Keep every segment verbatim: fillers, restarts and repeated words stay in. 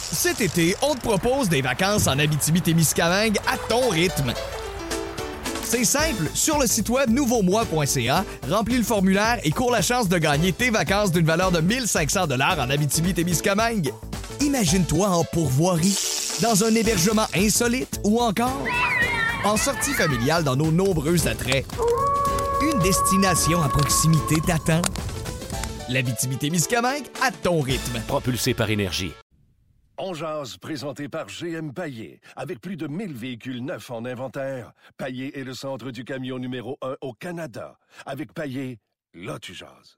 Cet été, on te propose des vacances en Abitibi-Témiscamingue à ton rythme. C'est simple, sur le site web nouveau moi point c a, remplis le formulaire et cours la chance de gagner tes vacances d'une valeur de mille cinq cents dollars en Abitibi-Témiscamingue. Imagine-toi en pourvoirie, dans un hébergement insolite ou encore en sortie familiale dans nos nombreux attraits. Une destination à proximité t'attend. L'Abitibi-Témiscamingue à ton rythme. Propulsé par Énergie. On jase, présenté par G M Paillé. Avec plus de mille véhicules neufs en inventaire, Paillé est le centre du camion numéro un au Canada. Avec Paillé, là tu jases.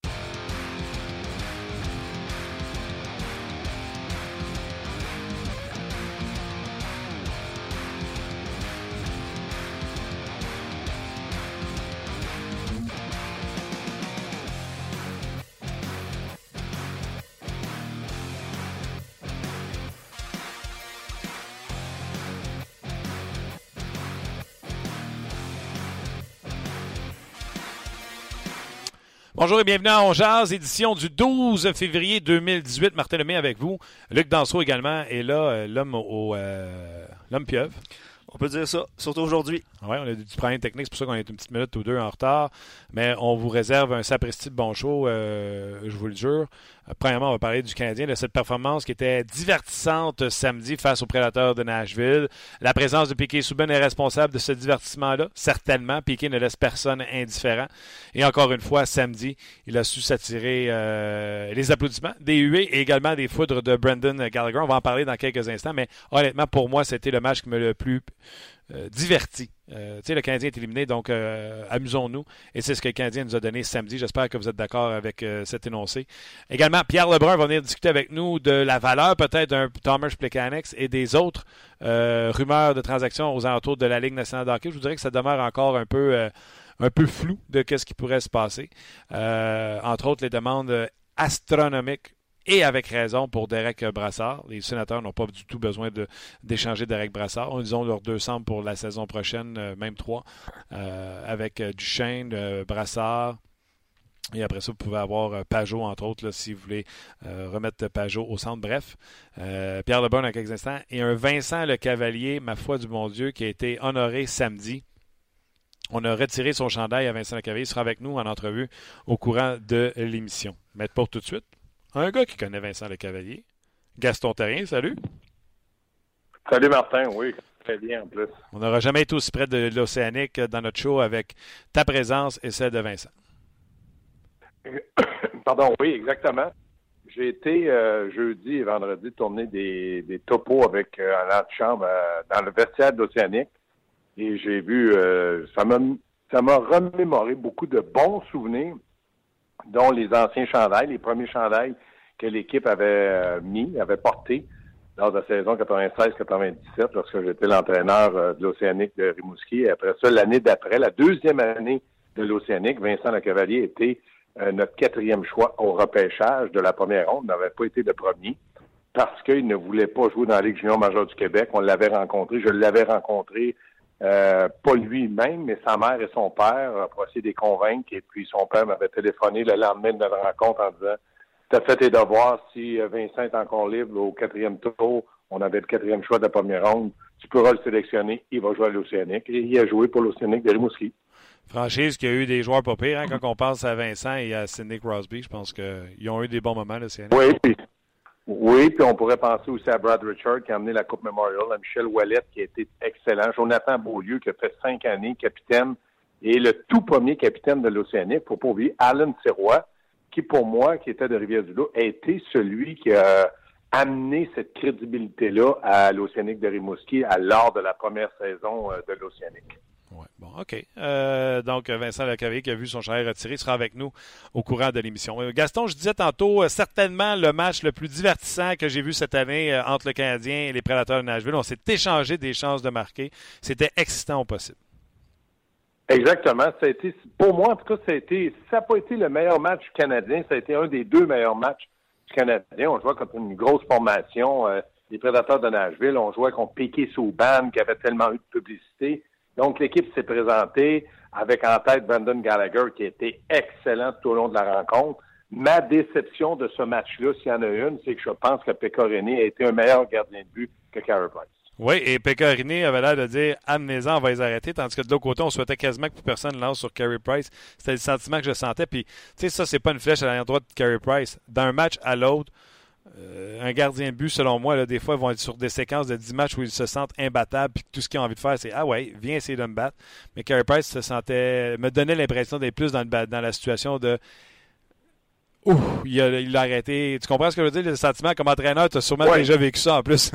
Bonjour et bienvenue à On Jase, édition du douze février deux mille dix-huit. Martin Lemay avec vous. Luc Danseau également est là, euh, l'homme au euh, l'homme pieuvre. On peut dire ça, surtout aujourd'hui. Oui, on a du problème technique, c'est pour ça qu'on est une petite minute ou deux en retard. Mais on vous réserve un sapristi de bon show, euh, je vous le jure. Euh, premièrement, on va parler du Canadien, de cette performance qui était divertissante samedi face aux Prédateurs de Nashville. La présence de Piquet Souban est responsable de ce divertissement-là, certainement. Piquet ne laisse personne indifférent. Et encore une fois, samedi, il a su s'attirer euh, les applaudissements des huées et également des foudres de Brendan Gallagher. On va en parler dans quelques instants, mais honnêtement, pour moi, c'était le match qui me le plus Euh, diverti. Euh, tu sais, le Canadien est éliminé, donc euh, amusons-nous. Et c'est ce que le Canadien nous a donné samedi. J'espère que vous êtes d'accord avec euh, cet énoncé. Également, Pierre Lebrun va venir discuter avec nous de la valeur peut-être d'un Thomas Plekanec et des autres euh, rumeurs de transactions aux alentours de la Ligue nationale de hockey. Je vous dirais que ça demeure encore un peu, euh, un peu flou de ce qui pourrait se passer. Euh, entre autres, les demandes astronomiques et avec raison pour Derek Brassard. Les sénateurs n'ont pas du tout besoin de, d'échanger Derek Brassard. Ils ont leurs deux centres pour la saison prochaine, euh, même trois, euh, avec euh, Duchesne, euh, Brassard. Et après ça, vous pouvez avoir euh, Pajot, entre autres, là, si vous voulez euh, remettre Pajot au centre. Bref, euh, Pierre Lebrun dans quelques instants. Et un Vincent Lecavalier, ma foi du bon Dieu, qui a été honoré samedi. On a retiré son chandail à Vincent Lecavalier. Il sera avec nous en entrevue au courant de l'émission. Mais pour tout de suite, un gars qui connaît Vincent Lecavalier, Gaston Therrien, salut. Salut Martin, oui, très bien en plus. On n'aura jamais été aussi près de l'Océanique dans notre show avec ta présence et celle de Vincent. Pardon, oui, exactement. J'ai été euh, jeudi et vendredi tourner des, des topos avec euh, en antichambre euh, dans le vestiaire de l'Océanique et j'ai vu, euh, ça m'a ça m'a remémoré beaucoup de bons souvenirs, dont les anciens chandails, les premiers chandails que l'équipe avait euh, mis, avait portés lors de la saison quatre-vingt-seize quatre-vingt-dix-sept, lorsque j'étais l'entraîneur euh, de l'Océanique de Rimouski. Et après ça, l'année d'après, la deuxième année de l'Océanique, Vincent Lecavalier était euh, notre quatrième choix au repêchage de la première ronde. Il n'avait pas été le premier parce qu'il ne voulait pas jouer dans la Ligue junior majeure du Québec. On l'avait rencontré, je l'avais rencontré, euh, pas lui-même, mais sa mère et son père, pour essayer de les convaincre. Et puis son père m'avait téléphoné le lendemain de notre rencontre en disant « T'as fait tes devoirs, si Vincent est encore libre au quatrième tour, on avait le quatrième choix de la première ronde, tu pourras le sélectionner, il va jouer à l'Océanique. » Et il a joué pour l'Océanique de Rimouski. Franchise qui a eu des joueurs pas pires, hein, quand on pense à Vincent et à Sidney Crosby, je pense qu'ils ont eu des bons moments, l'Océanique. Oui, puis, oui, puis on pourrait penser aussi à Brad Richard qui a amené la Coupe Memorial, à Michel Ouellet qui a été excellent, Jonathan Beaulieu qui a fait cinq années capitaine et le tout premier capitaine de l'Océanique, pour pas oublier Alan Sirois, qui pour moi, qui était de Rivière-du-Loup, a été celui qui a amené cette crédibilité-là à l'Océanique de Rimouski à lors de la première saison de l'Océanique. Oui, bon, OK. Euh, donc, Vincent Lecavalier qui a vu son chandail retiré sera avec nous au courant de l'émission. Euh, Gaston, je disais tantôt, euh, certainement le match le plus divertissant que j'ai vu cette année euh, entre le Canadien et les Prédateurs de Nashville. On s'est échangé des chances de marquer. C'était excitant au possible. Exactement. Ça a été, pour moi, en tout cas, ça a été, ça n'a pas été le meilleur match canadien. Ça a été un des deux meilleurs matchs du Canadien. On jouait contre une grosse formation. Euh, les Prédateurs de Nashville, on jouait contre Piquet Souban, qui avait tellement eu de publicité. Donc, l'équipe s'est présentée avec en tête Brendan Gallagher, qui était excellent tout au long de la rencontre. Ma déception de ce match-là, s'il y en a une, c'est que je pense que Pecorino a été un meilleur gardien de but que Carey Price. Oui, et Pecorino avait l'air de dire « Amenez-en, on va les arrêter », tandis que de l'autre côté, on souhaitait quasiment que plus personne lance sur Carey Price. C'était le sentiment que je sentais. Puis, tu sais, ça, c'est pas une flèche à l'arrière droite de Carey Price. D'un match à l'autre, euh, un gardien de but, selon moi, là, des fois, ils vont être sur des séquences de dix matchs où ils se sentent imbattables, puis tout ce qu'ils ont envie de faire, c'est « Ah ouais, viens essayer de me battre ». Mais Carey Price se sentait, me donnait l'impression d'être plus dans, le, dans la situation de « Ouh, il a, il a arrêté ». Tu comprends ce que je veux dire? Le sentiment, comme entraîneur, tu as sûrement ouais. déjà vécu ça en plus.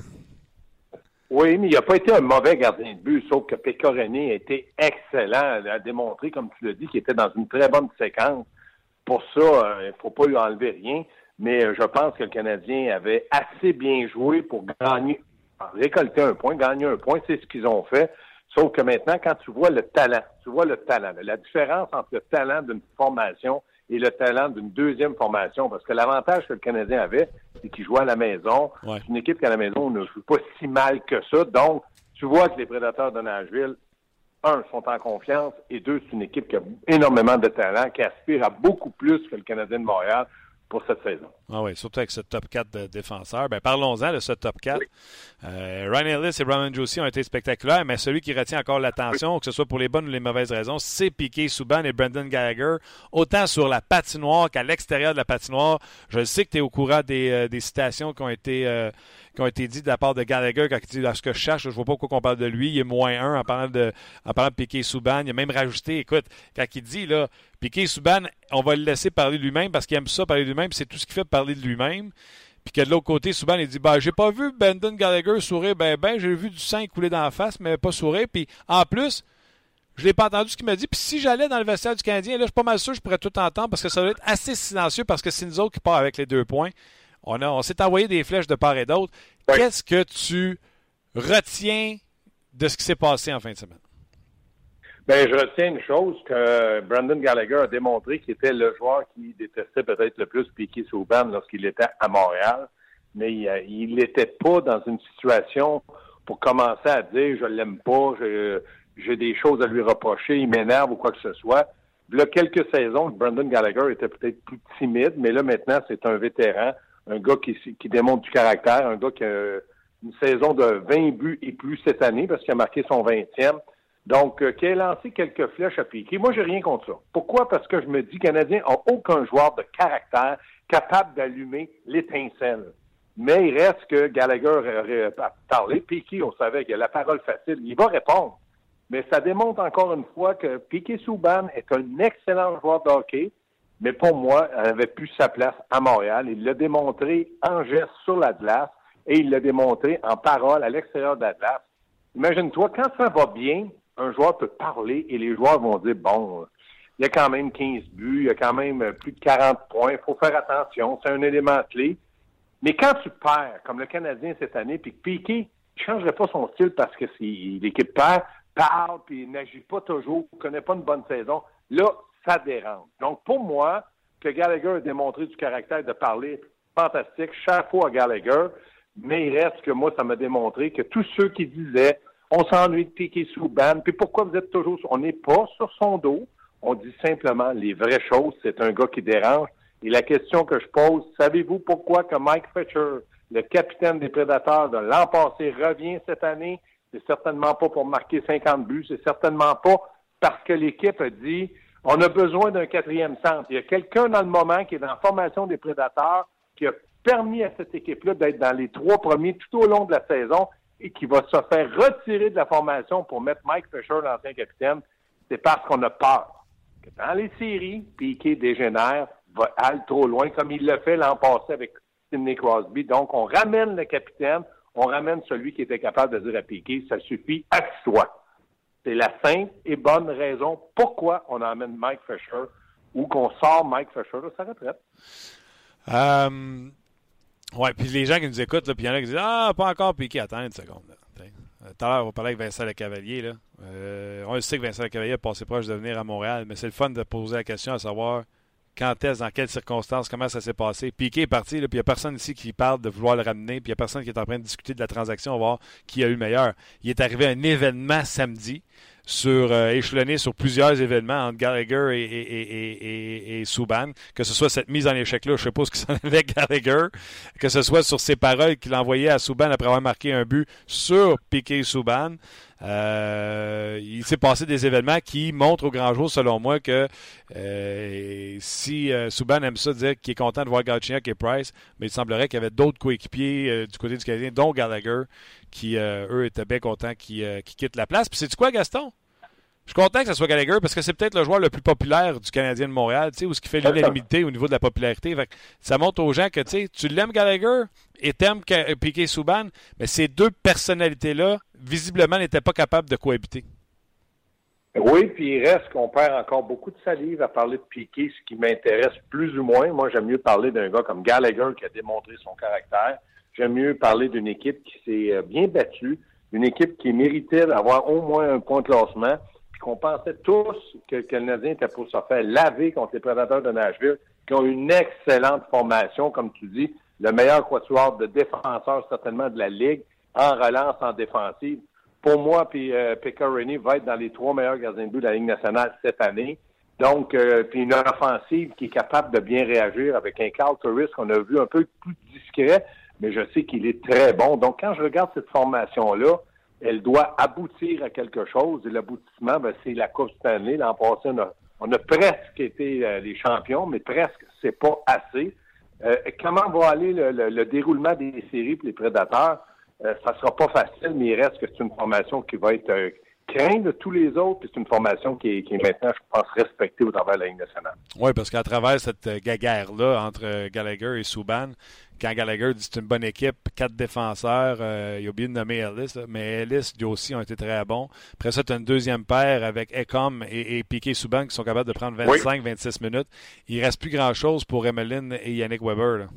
Oui, mais il n'a pas été un mauvais gardien de but, sauf que Pecorino a été excellent. Il a démontré, comme tu l'as dit, qu'il était dans une très bonne séquence. Pour ça, il ne faut pas lui enlever rien, mais je pense que le Canadien avait assez bien joué pour gagner, récolter un point, gagner un point, c'est ce qu'ils ont fait. Sauf que maintenant, quand tu vois le talent, tu vois le talent, la différence entre le talent d'une formation et le talent d'une deuxième formation, parce que l'avantage que le Canadien avait, c'est qu'il jouait à la maison. Ouais. C'est une équipe qui, à la maison, ne joue pas si mal que ça. Donc, tu vois que les Prédateurs de Nashville, un, sont en confiance, et deux, c'est une équipe qui a énormément de talent, qui aspire à beaucoup plus que le Canadien de Montréal pour cette saison. Ah oui, surtout avec ce top quatre de défenseurs. Ben, parlons-en de ce top quatre. Oui. Euh, Ryan Ellis et Roman Josi ont été spectaculaires, mais celui qui retient encore l'attention, oui. que ce soit pour les bonnes ou les mauvaises raisons, c'est Piquet Souban et Brendan Gallagher, autant sur la patinoire qu'à l'extérieur de la patinoire. Je sais que tu es au courant des, euh, des citations qui ont été euh, qui ont été dites de la part de Gallagher quand il dit « À ce que je cherche, je ne vois pas pourquoi on parle de lui. Il est moins un en parlant de, en parlant de Piquet Souban. » Il a même rajouté, écoute, quand il dit là, Piquet Souban, on va le laisser parler de lui-même parce qu'il aime ça parler de lui-même, c'est tout ce qu'il fait parler de lui-même. Puis que de l'autre côté, Souban, il dit ben, j'ai pas vu Brendan Gallagher sourire, ben, ben, j'ai vu du sang couler dans la face, mais pas sourire. Puis en plus, je l'ai pas entendu ce qu'il m'a dit. Puis si j'allais dans le vestiaire du Canadien, là, je suis pas mal sûr que je pourrais tout entendre parce que ça doit être assez silencieux parce que c'est nous autres qui part avec les deux points. On, a, on s'est envoyé des flèches de part et d'autre. Oui. Qu'est-ce que tu retiens de ce qui s'est passé en fin de semaine? Ben, je retiens une chose que Brendan Gallagher a démontré qu'il était le joueur qui détestait peut-être le plus Piquet Souban lorsqu'il était à Montréal, mais il n'était pas dans une situation pour commencer à dire « je l'aime pas, je, j'ai des choses à lui reprocher, il m'énerve » ou quoi que ce soit. Il y a quelques saisons, Brendan Gallagher était peut-être plus timide, mais là maintenant c'est un vétéran, un gars qui, qui démontre du caractère, un gars qui a une saison de vingt buts et plus cette année parce qu'il a marqué son vingtième. Donc, euh, qui a lancé quelques flèches à Piquet. Moi, j'ai rien contre ça. Pourquoi? Parce que je me dis que les Canadiens n'ont aucun joueur de caractère capable d'allumer l'étincelle. Mais il reste que Gallagher aurait parlé. Piquet, on savait qu'il a la parole facile. Il va répondre. Mais ça démontre encore une fois que Piquet Souban est un excellent joueur de hockey, mais pour moi, il n'avait plus sa place à Montréal. Il l'a démontré en geste sur la glace et il l'a démontré en parole à l'extérieur de la glace. Imagine-toi, quand ça va bien, un joueur peut parler et les joueurs vont dire, bon, il y a quand même quinze buts, il y a quand même plus de quarante points, il faut faire attention, c'est un élément clé. Mais quand tu perds, comme le Canadien cette année, puis que Piquet ne changerait pas son style parce que si l'équipe perd, parle, puis n'agit pas toujours, ne connaît pas une bonne saison, là, ça dérange. Donc, pour moi, que Gallagher a démontré du caractère de parler, fantastique, chapeau à Gallagher, mais il reste que moi, ça m'a démontré que tous ceux qui disaient on s'ennuie de Piquet Souban. Puis pourquoi vous êtes toujours... On n'est pas sur son dos. On dit simplement les vraies choses. C'est un gars qui dérange. Et la question que je pose, savez-vous pourquoi que Mike Fletcher, le capitaine des Prédateurs de l'an passé, revient cette année? C'est certainement pas pour marquer cinquante buts. C'est certainement pas parce que l'équipe a dit on a besoin d'un quatrième centre. Il y a quelqu'un dans le moment qui est dans la formation des Prédateurs qui a permis à cette équipe-là d'être dans les trois premiers tout au long de la saison et qui va se faire retirer de la formation pour mettre Mike Fisher, l'ancien capitaine, c'est parce qu'on a peur que dans les séries, Piquet dégénère, va aller trop loin, comme il l'a fait l'an passé avec Sidney Crosby. Donc, on ramène le capitaine, on ramène celui qui était capable de dire à Piquet, ça suffit, assis-toi. C'est la simple et bonne raison pourquoi on emmène Mike Fisher ou qu'on sort Mike Fisher de sa retraite. Euh... Oui, puis les gens qui nous écoutent, puis il y en a qui disent « Ah, pas encore Piquet, attends une seconde. » Tout à l'heure, on parlait avec Vincent Lecavalier. Là. Euh, on le sait que Vincent Lecavalier a passé proche de venir à Montréal, mais c'est le fun de poser la question à savoir quand est-ce, dans quelles circonstances, comment ça s'est passé. Piquet est parti, puis il n'y a personne ici qui parle de vouloir le ramener, puis il n'y a personne qui est en train de discuter de la transaction, on va voir qui a eu le meilleur. Il est arrivé à un événement samedi. sur euh, échelonné sur plusieurs événements entre Gallagher et, et, et, et, et Subban, que ce soit cette mise en échec-là, je ne sais pas ce qu'il s'en avait avec Gallagher, que ce soit sur ses paroles qu'il envoyait à Subban après avoir marqué un but sur Piquet Subban. Euh, il s'est passé des événements qui montrent au grand jour, selon moi, que euh, si euh, Subban aime ça, dire qu'il est content de voir Galchenyuk et Price, mais il semblerait qu'il y avait d'autres coéquipiers euh, du côté du Canadien, dont Gallagher, qui, euh, eux, étaient bien contents qu'ils euh, qu'ils quittent la place. Puis c'est-tu quoi, Gaston? Je suis content que ce soit Gallagher parce que c'est peut-être le joueur le plus populaire du Canadien de Montréal, tu sais, où ce qui fait l'unanimité au niveau de la popularité. Fait que ça montre aux gens que, tu sais, tu l'aimes Gallagher et t'aimes Piquet Subban, mais ces deux personnalités-là, visiblement, n'étaient pas capables de cohabiter. Oui, puis il reste qu'on perd encore beaucoup de salive à parler de Piquet, ce qui m'intéresse plus ou moins. Moi, j'aime mieux parler d'un gars comme Gallagher qui a démontré son caractère. J'aime mieux parler d'une équipe qui s'est bien battue, une équipe qui méritait d'avoir au moins un point de classement, puis qu'on pensait tous que le Canadien était pour se faire laver contre les Prédateurs de Nashville, qui ont une excellente formation, comme tu dis, le meilleur quatuor de défenseurs certainement de la Ligue, en relance, en défensive. Pour moi, puis euh, Pekka Rinne va être dans les trois meilleurs gardiens de but de la Ligue nationale cette année. Donc, euh, puis une offensive qui est capable de bien réagir avec un Carl Turris qu'on a vu un peu plus discret, mais je sais qu'il est très bon. Donc, quand je regarde cette formation-là, elle doit aboutir à quelque chose. Et l'aboutissement, ben, c'est la Coupe Stanley. L'an passé, on a, on a presque été euh, les champions, mais presque, c'est pas assez. Euh, comment va aller le, le, le déroulement des séries pour les Prédateurs? Euh, ça sera pas facile, mais il reste que c'est une formation qui va être euh, crainte de tous les autres, puis c'est une formation qui est, qui est maintenant, je pense, respectée au travers de la Ligue nationale. Oui, parce qu'à travers cette euh, guéguerre-là entre Gallagher et Subban, quand Gallagher dit que c'est une bonne équipe, quatre défenseurs, euh, il a oublié de nommer Ellis, là, mais Ellis et aussi ont été très bons. Après ça, tu as une deuxième paire avec Ekholm et, et Piquet Subban qui sont capables de prendre vingt-cinq à vingt-six minutes. Il ne reste plus grand-chose pour Emelin et Yannick Weber, là.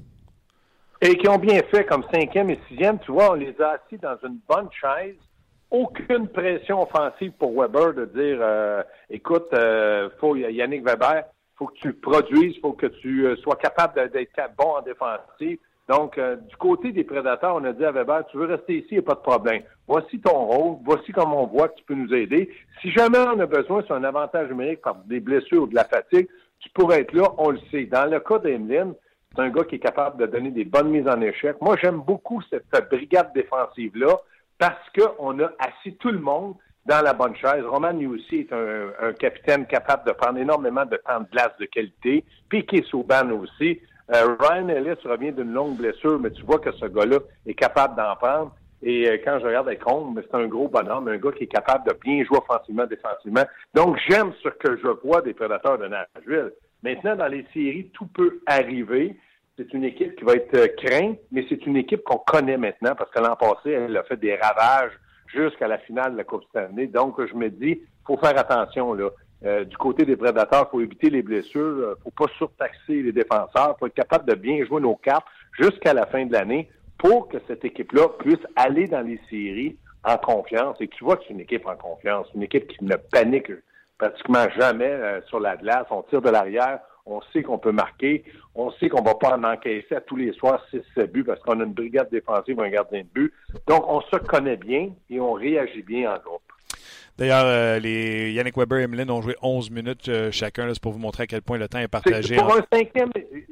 Et qui ont bien fait comme cinquième et sixième. Tu vois, on les a assis dans une bonne chaise. Aucune pression offensive pour Weber de dire euh, écoute, euh, faut Yannick Weber, faut que tu produises, faut que tu euh, sois capable d'être bon en défensive. Donc, euh, du côté des Prédateurs, on a dit à Weber, tu veux rester ici, il n'y a pas de problème. Voici ton rôle, voici comment on voit que tu peux nous aider. Si jamais on a besoin sur un avantage numérique par des blessures ou de la fatigue, tu pourrais être là, on le sait. Dans le cas d'Emelin, c'est un gars qui est capable de donner des bonnes mises en échec. Moi, j'aime beaucoup cette brigade défensive-là parce qu'on a assis tout le monde dans la bonne chaise. Roman Jussi est un, un capitaine capable de prendre énormément de temps de glace de qualité. Piquet Subban aussi. Euh, Ryan Ellis revient d'une longue blessure, mais tu vois que ce gars-là est capable d'en prendre. Et euh, quand je regarde Ekholm, c'est un gros bonhomme, un gars qui est capable de bien jouer offensivement, défensivement. Donc, j'aime ce que je vois des Prédateurs de Nashville. Maintenant, dans les séries, tout peut arriver. C'est une équipe qui va être euh, crainte, mais c'est une équipe qu'on connaît maintenant parce que l'an passé, elle a fait des ravages jusqu'à la finale de la Coupe Stanley. Donc, je me dis, faut faire attention, là. Euh, du côté des Prédateurs, faut éviter les blessures, euh, faut pas surtaxer les défenseurs, faut être capable de bien jouer nos cartes jusqu'à la fin de l'année pour que cette équipe-là puisse aller dans les séries en confiance. Et tu vois que c'est une équipe en confiance, une équipe qui ne panique pratiquement jamais euh, sur la glace. On tire de l'arrière, on sait qu'on peut marquer, on sait qu'on va pas en encaisser à tous les soirs six sept buts parce qu'on a une brigade défensive, un gardien de but. Donc, on se connaît bien et on réagit bien en groupe. D'ailleurs, euh, les Yannick Weber et Emelin ont joué onze minutes euh, chacun. Là, c'est pour vous montrer à quel point le temps est partagé. C'est pour, en... un cinquième,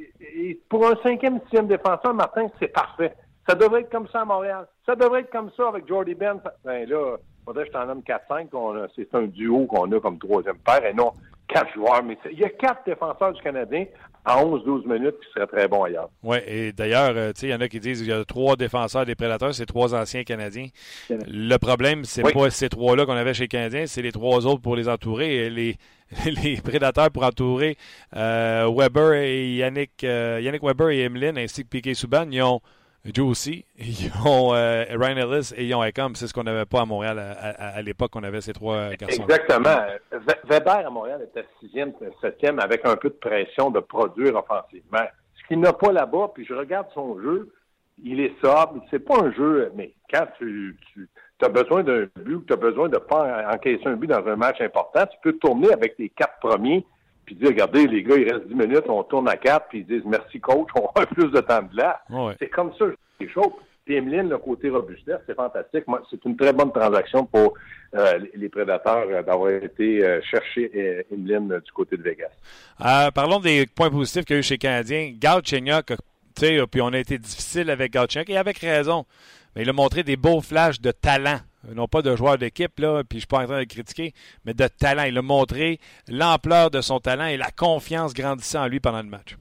pour un cinquième, sixième défenseur, Martin, c'est parfait. Ça devrait être comme ça à Montréal. Ça devrait être comme ça avec Jordy Ben. Ben là, il faudrait que je t'en nomme quatre cinq. C'est un duo qu'on a comme troisième paire et non quatre joueurs. Mais il y a quatre défenseurs du Canadien en onze douze minutes qui seraient très bons ailleurs. Oui, et d'ailleurs, euh, il y en a qui disent qu'il y a trois défenseurs des Prédateurs, c'est trois anciens Canadiens. Le problème, c'est oui. pas ces trois-là qu'on avait chez les Canadiens, c'est les trois autres pour les entourer. Et les, les Prédateurs pour entourer euh, Weber et Yannick, euh, Yannick Weber et Emelin, ainsi que Piquet Subban, ils ont Joe aussi, ils ont euh, Ryan Ellis et ils ont Ekholm. C'est ce qu'on n'avait pas à Montréal à, à, à l'époque, on avait ces trois garçons. Exactement. Weber à Montréal était sixième, septième avec un peu de pression de produire offensivement. Ce qu'il n'a pas là-bas, puis je regarde son jeu, il est sobre, c'est pas un jeu, mais quand tu, tu as besoin d'un but ou tu as besoin de pas encaisser un but dans un match important, tu peux tourner avec tes quatre premiers puis dire, regardez, les gars, il reste dix minutes, on tourne à quatre, puis ils disent, merci coach, on a plus de temps de là. Ouais. C'est comme ça, c'est chaud. Puis Emeline, le côté robustesse, c'est fantastique. Moi, c'est une très bonne transaction pour euh, les Prédateurs euh, d'avoir été euh, chercher euh, Emeline euh, du côté de Vegas. Euh, parlons des points positifs qu'il y a eu chez les Canadiens. Galchenyuk, tu sais, puis on a été difficile avec Galchenyuk, et avec raison. Mais il a montré des beaux flashs de talent. Non pas de joueur d'équipe, là, puis je ne suis pas en train de le critiquer, mais de talent. Il a montré l'ampleur de son talent et la confiance grandissant en lui pendant le match.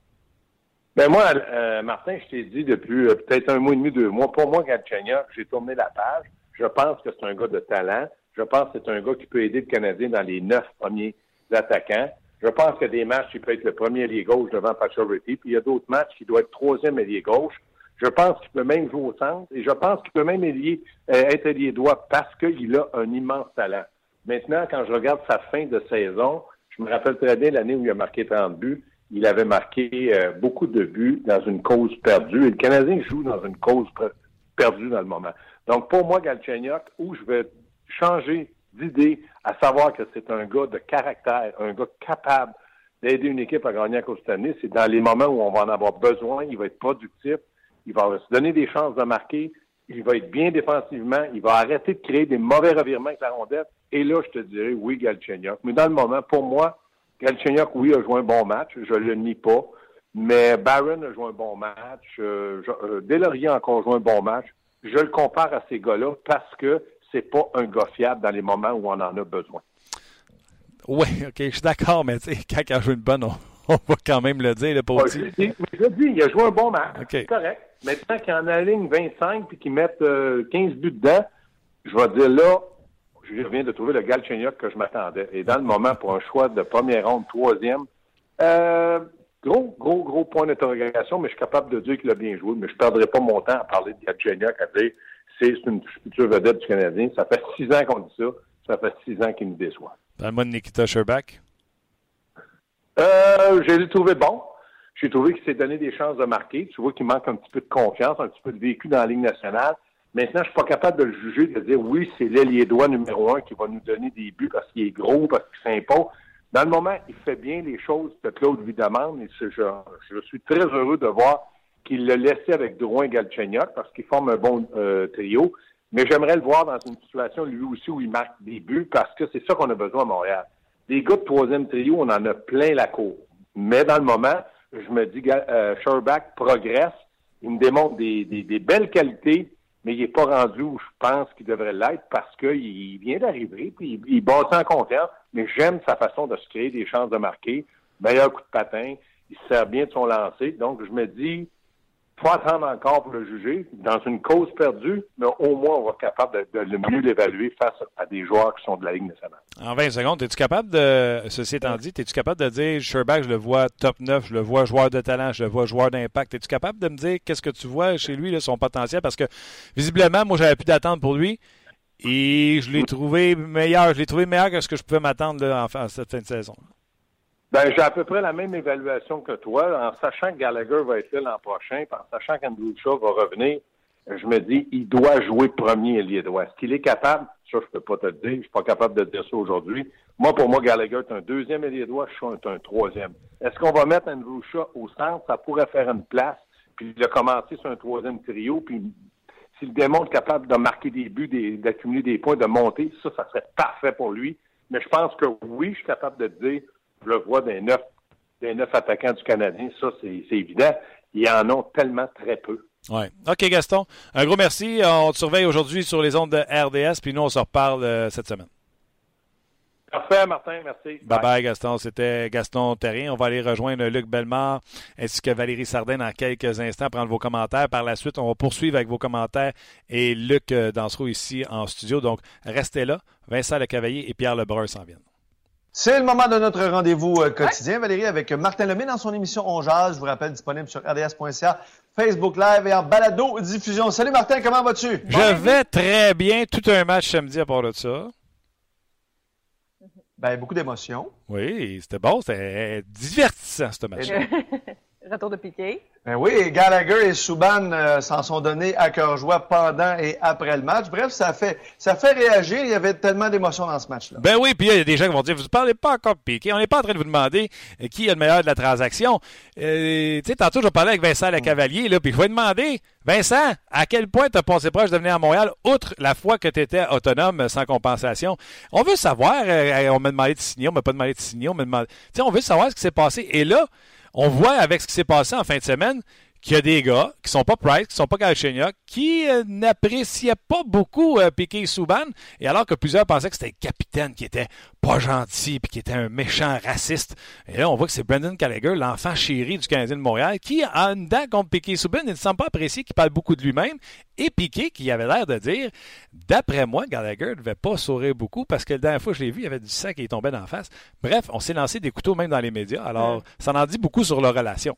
Ben moi, euh, Martin, je t'ai dit depuis euh, peut-être un mois et demi, deux mois, pour moi, Galchenyuk, j'ai tourné la page. Je pense que c'est un gars de talent. Je pense que c'est un gars qui peut aider le Canadien dans les neuf premiers attaquants. Je pense qu'il y a des matchs qui peut être le premier ailier gauche devant Pacioretty, puis il y a d'autres matchs qui doivent être troisième ailier gauche. Je pense qu'il peut même jouer au centre et je pense qu'il peut même ailier, euh, être ailier droit parce qu'il a un immense talent. Maintenant, quand je regarde sa fin de saison, je me rappelle très bien l'année où il a marqué trente buts. Il avait marqué euh, beaucoup de buts dans une cause perdue. Et le Canadien joue dans une cause perdue dans le moment. Donc, pour moi, Galchenyuk, où je vais changer d'idée à savoir que c'est un gars de caractère, un gars capable d'aider une équipe à gagner à Coupe Stanley, c'est dans les moments où on va en avoir besoin, il va être productif, il va se donner des chances de marquer, il va être bien défensivement, il va arrêter de créer des mauvais revirements avec la rondelle. Et là, je te dirais, oui, Galchenyuk. Mais dans le moment, pour moi, Galchenyuk, oui, a joué un bon match, je le nie pas, mais Barron a joué un bon match, euh, euh, Deslauriers a encore joué un bon match. Je le compare à ces gars-là parce que c'est pas un gars fiable dans les moments où on en a besoin. Oui, OK, je suis d'accord, mais tu sais, quand il a joué une bonne, on, on va quand même le dire, le pauvre petit. Je le dis, il a joué un bon match, okay. C'est correct. Maintenant qu'il en aligne vingt-cinq puis qu'il mette euh, quinze buts dedans, je vais dire là, je viens de trouver le Galchenyuk que je m'attendais. Et dans le moment, pour un choix de première ronde, troisième, euh, gros, gros, gros point d'interrogation, mais je suis capable de dire qu'il a bien joué, mais je ne perdrai pas mon temps à parler de Galchenyuk, à dire c'est une future vedette du Canadien. Ça fait six ans qu'on dit ça. Ça fait six ans qu'il nous déçoit. Parle-moi de Nikita Scherbak. Euh, je l'ai trouvé bon. J'ai trouvé qu'il s'est donné des chances de marquer. Tu vois qu'il manque un petit peu de confiance, un petit peu de vécu dans la Ligue nationale. Maintenant, je suis pas capable de le juger, de dire oui, c'est l'ailier droit numéro un qui va nous donner des buts parce qu'il est gros, parce qu'il s'impose. Dans le moment, il fait bien les choses que Claude lui demande. Et je, je suis très heureux de voir qu'il l'a laissé avec Drouin et Galchenyuk parce qu'ils forment un bon euh, trio. Mais j'aimerais le voir dans une situation, lui aussi, où il marque des buts parce que c'est ça qu'on a besoin à Montréal. Des gars de troisième trio, on en a plein la cour. Mais dans le moment, je me dis, euh, Scherbak progresse. Il me démontre des, des, des belles qualités, mais il n'est pas rendu où je pense qu'il devrait l'être parce qu'il vient d'arriver, puis il, il bâtit en confiance. Mais j'aime sa façon de se créer des chances de marquer. Meilleur coup de patin. Il se sert bien de son lancer. Donc, je me dis, il faut attendre encore pour le juger. Dans une cause perdue, mais au moins, on va être capable de, de le mieux l'évaluer face à des joueurs qui sont de la Ligue nationale. En vingt secondes, es-tu capable de, ceci étant dit, es-tu capable de dire, Scherbak, je le vois top neuf, je le vois joueur de talent, je le vois joueur d'impact. Es-tu capable de me dire qu'est-ce que tu vois chez lui, là, son potentiel? Parce que, visiblement, moi, j'avais plus d'attente pour lui. Et je l'ai trouvé meilleur. Je l'ai trouvé meilleur que ce que je pouvais m'attendre là, en, en cette fin de saison. Ben, j'ai à peu près la même évaluation que toi, en sachant que Gallagher va être là l'an prochain, puis en sachant qu'Andrew Shaw va revenir, je me dis, il doit jouer premier ailier droit. Est-ce qu'il est capable? Ça, je peux pas te le dire. Je suis pas capable de dire ça aujourd'hui. Moi, pour moi, Gallagher est un deuxième ailier droit, Shaw est un troisième. Est-ce qu'on va mettre Andrew Shaw au centre? Ça pourrait faire une place, puis il a commencé sur un troisième trio, puis s'il démontre capable de marquer des buts, des, d'accumuler des points, de monter, ça, ça serait parfait pour lui. Mais je pense que oui, je suis capable de te dire, je le vois des neuf, des neuf attaquants du Canadien, ça, c'est, c'est évident. Il y en a tellement très peu. Oui. OK, Gaston. Un gros merci. On te surveille aujourd'hui sur les ondes de R D S, puis nous, on se reparle euh, cette semaine. Parfait, Martin, merci. Bye bye, bye Gaston. C'était Gaston Terrien. On va aller rejoindre Luc Bellemare ainsi que Valérie Sardin dans quelques instants, prendre vos commentaires. Par la suite, on va poursuivre avec vos commentaires et Luc Dansereau ici en studio. Donc, restez là. Vincent Lecavalier et Pierre Lebrun s'en viennent. C'est le moment de notre rendez-vous quotidien, Valérie, avec Martin Lemay dans son émission On Jase. Je vous rappelle, disponible sur R D S point C A, Facebook Live et en balado-diffusion. Salut Martin, comment vas-tu? Je vais très bien. Tout un match samedi à part de ça. Ben, beaucoup d'émotions. Oui, c'était bon. C'était divertissant, ce match. Retour de Piqué. Ben oui, Gallagher et Subban euh, s'en sont donnés à cœur joie pendant et après le match. Bref, ça fait ça fait réagir. Il y avait tellement d'émotions dans ce match-là. Ben oui, puis il y a des gens qui vont dire, vous ne parlez pas encore de Piqué. On n'est pas en train de vous demander euh, qui est le meilleur de la transaction. Euh, tu sais, tantôt, je parlais avec Vincent Lecavalier, là, puis je vais demander, Vincent, à quel point tu as passé proche de venir à Montréal, outre la fois que tu étais autonome sans compensation? On veut savoir, euh, on m'a demandé de signer, on m'a pas demandé de signer, on m'a demandé... Tu sais, on veut savoir ce qui s'est passé. Et là, on voit avec ce qui s'est passé en fin de semaine qu'il y a des gars qui sont pas Price, qui sont pas Galchenyuk, qui euh, n'appréciaient pas beaucoup euh, Piqué Subban, et alors que plusieurs pensaient que c'était le capitaine qui était pas gentil puis qui était un méchant raciste. Et là, on voit que c'est Brendan Gallagher, l'enfant chéri du Canadien de Montréal, qui a une dent contre Piqué Subban. Il ne semble pas apprécier, qui parle beaucoup de lui-même. Et Piqué, qui avait l'air de dire, d'après moi, Gallagher ne devait pas sourire beaucoup parce que la dernière fois que je l'ai vu, il y avait du sang qui tombait d'en face. Bref, on s'est lancé des couteaux même dans les médias. Alors, ouais. Ça en dit beaucoup sur leur relation.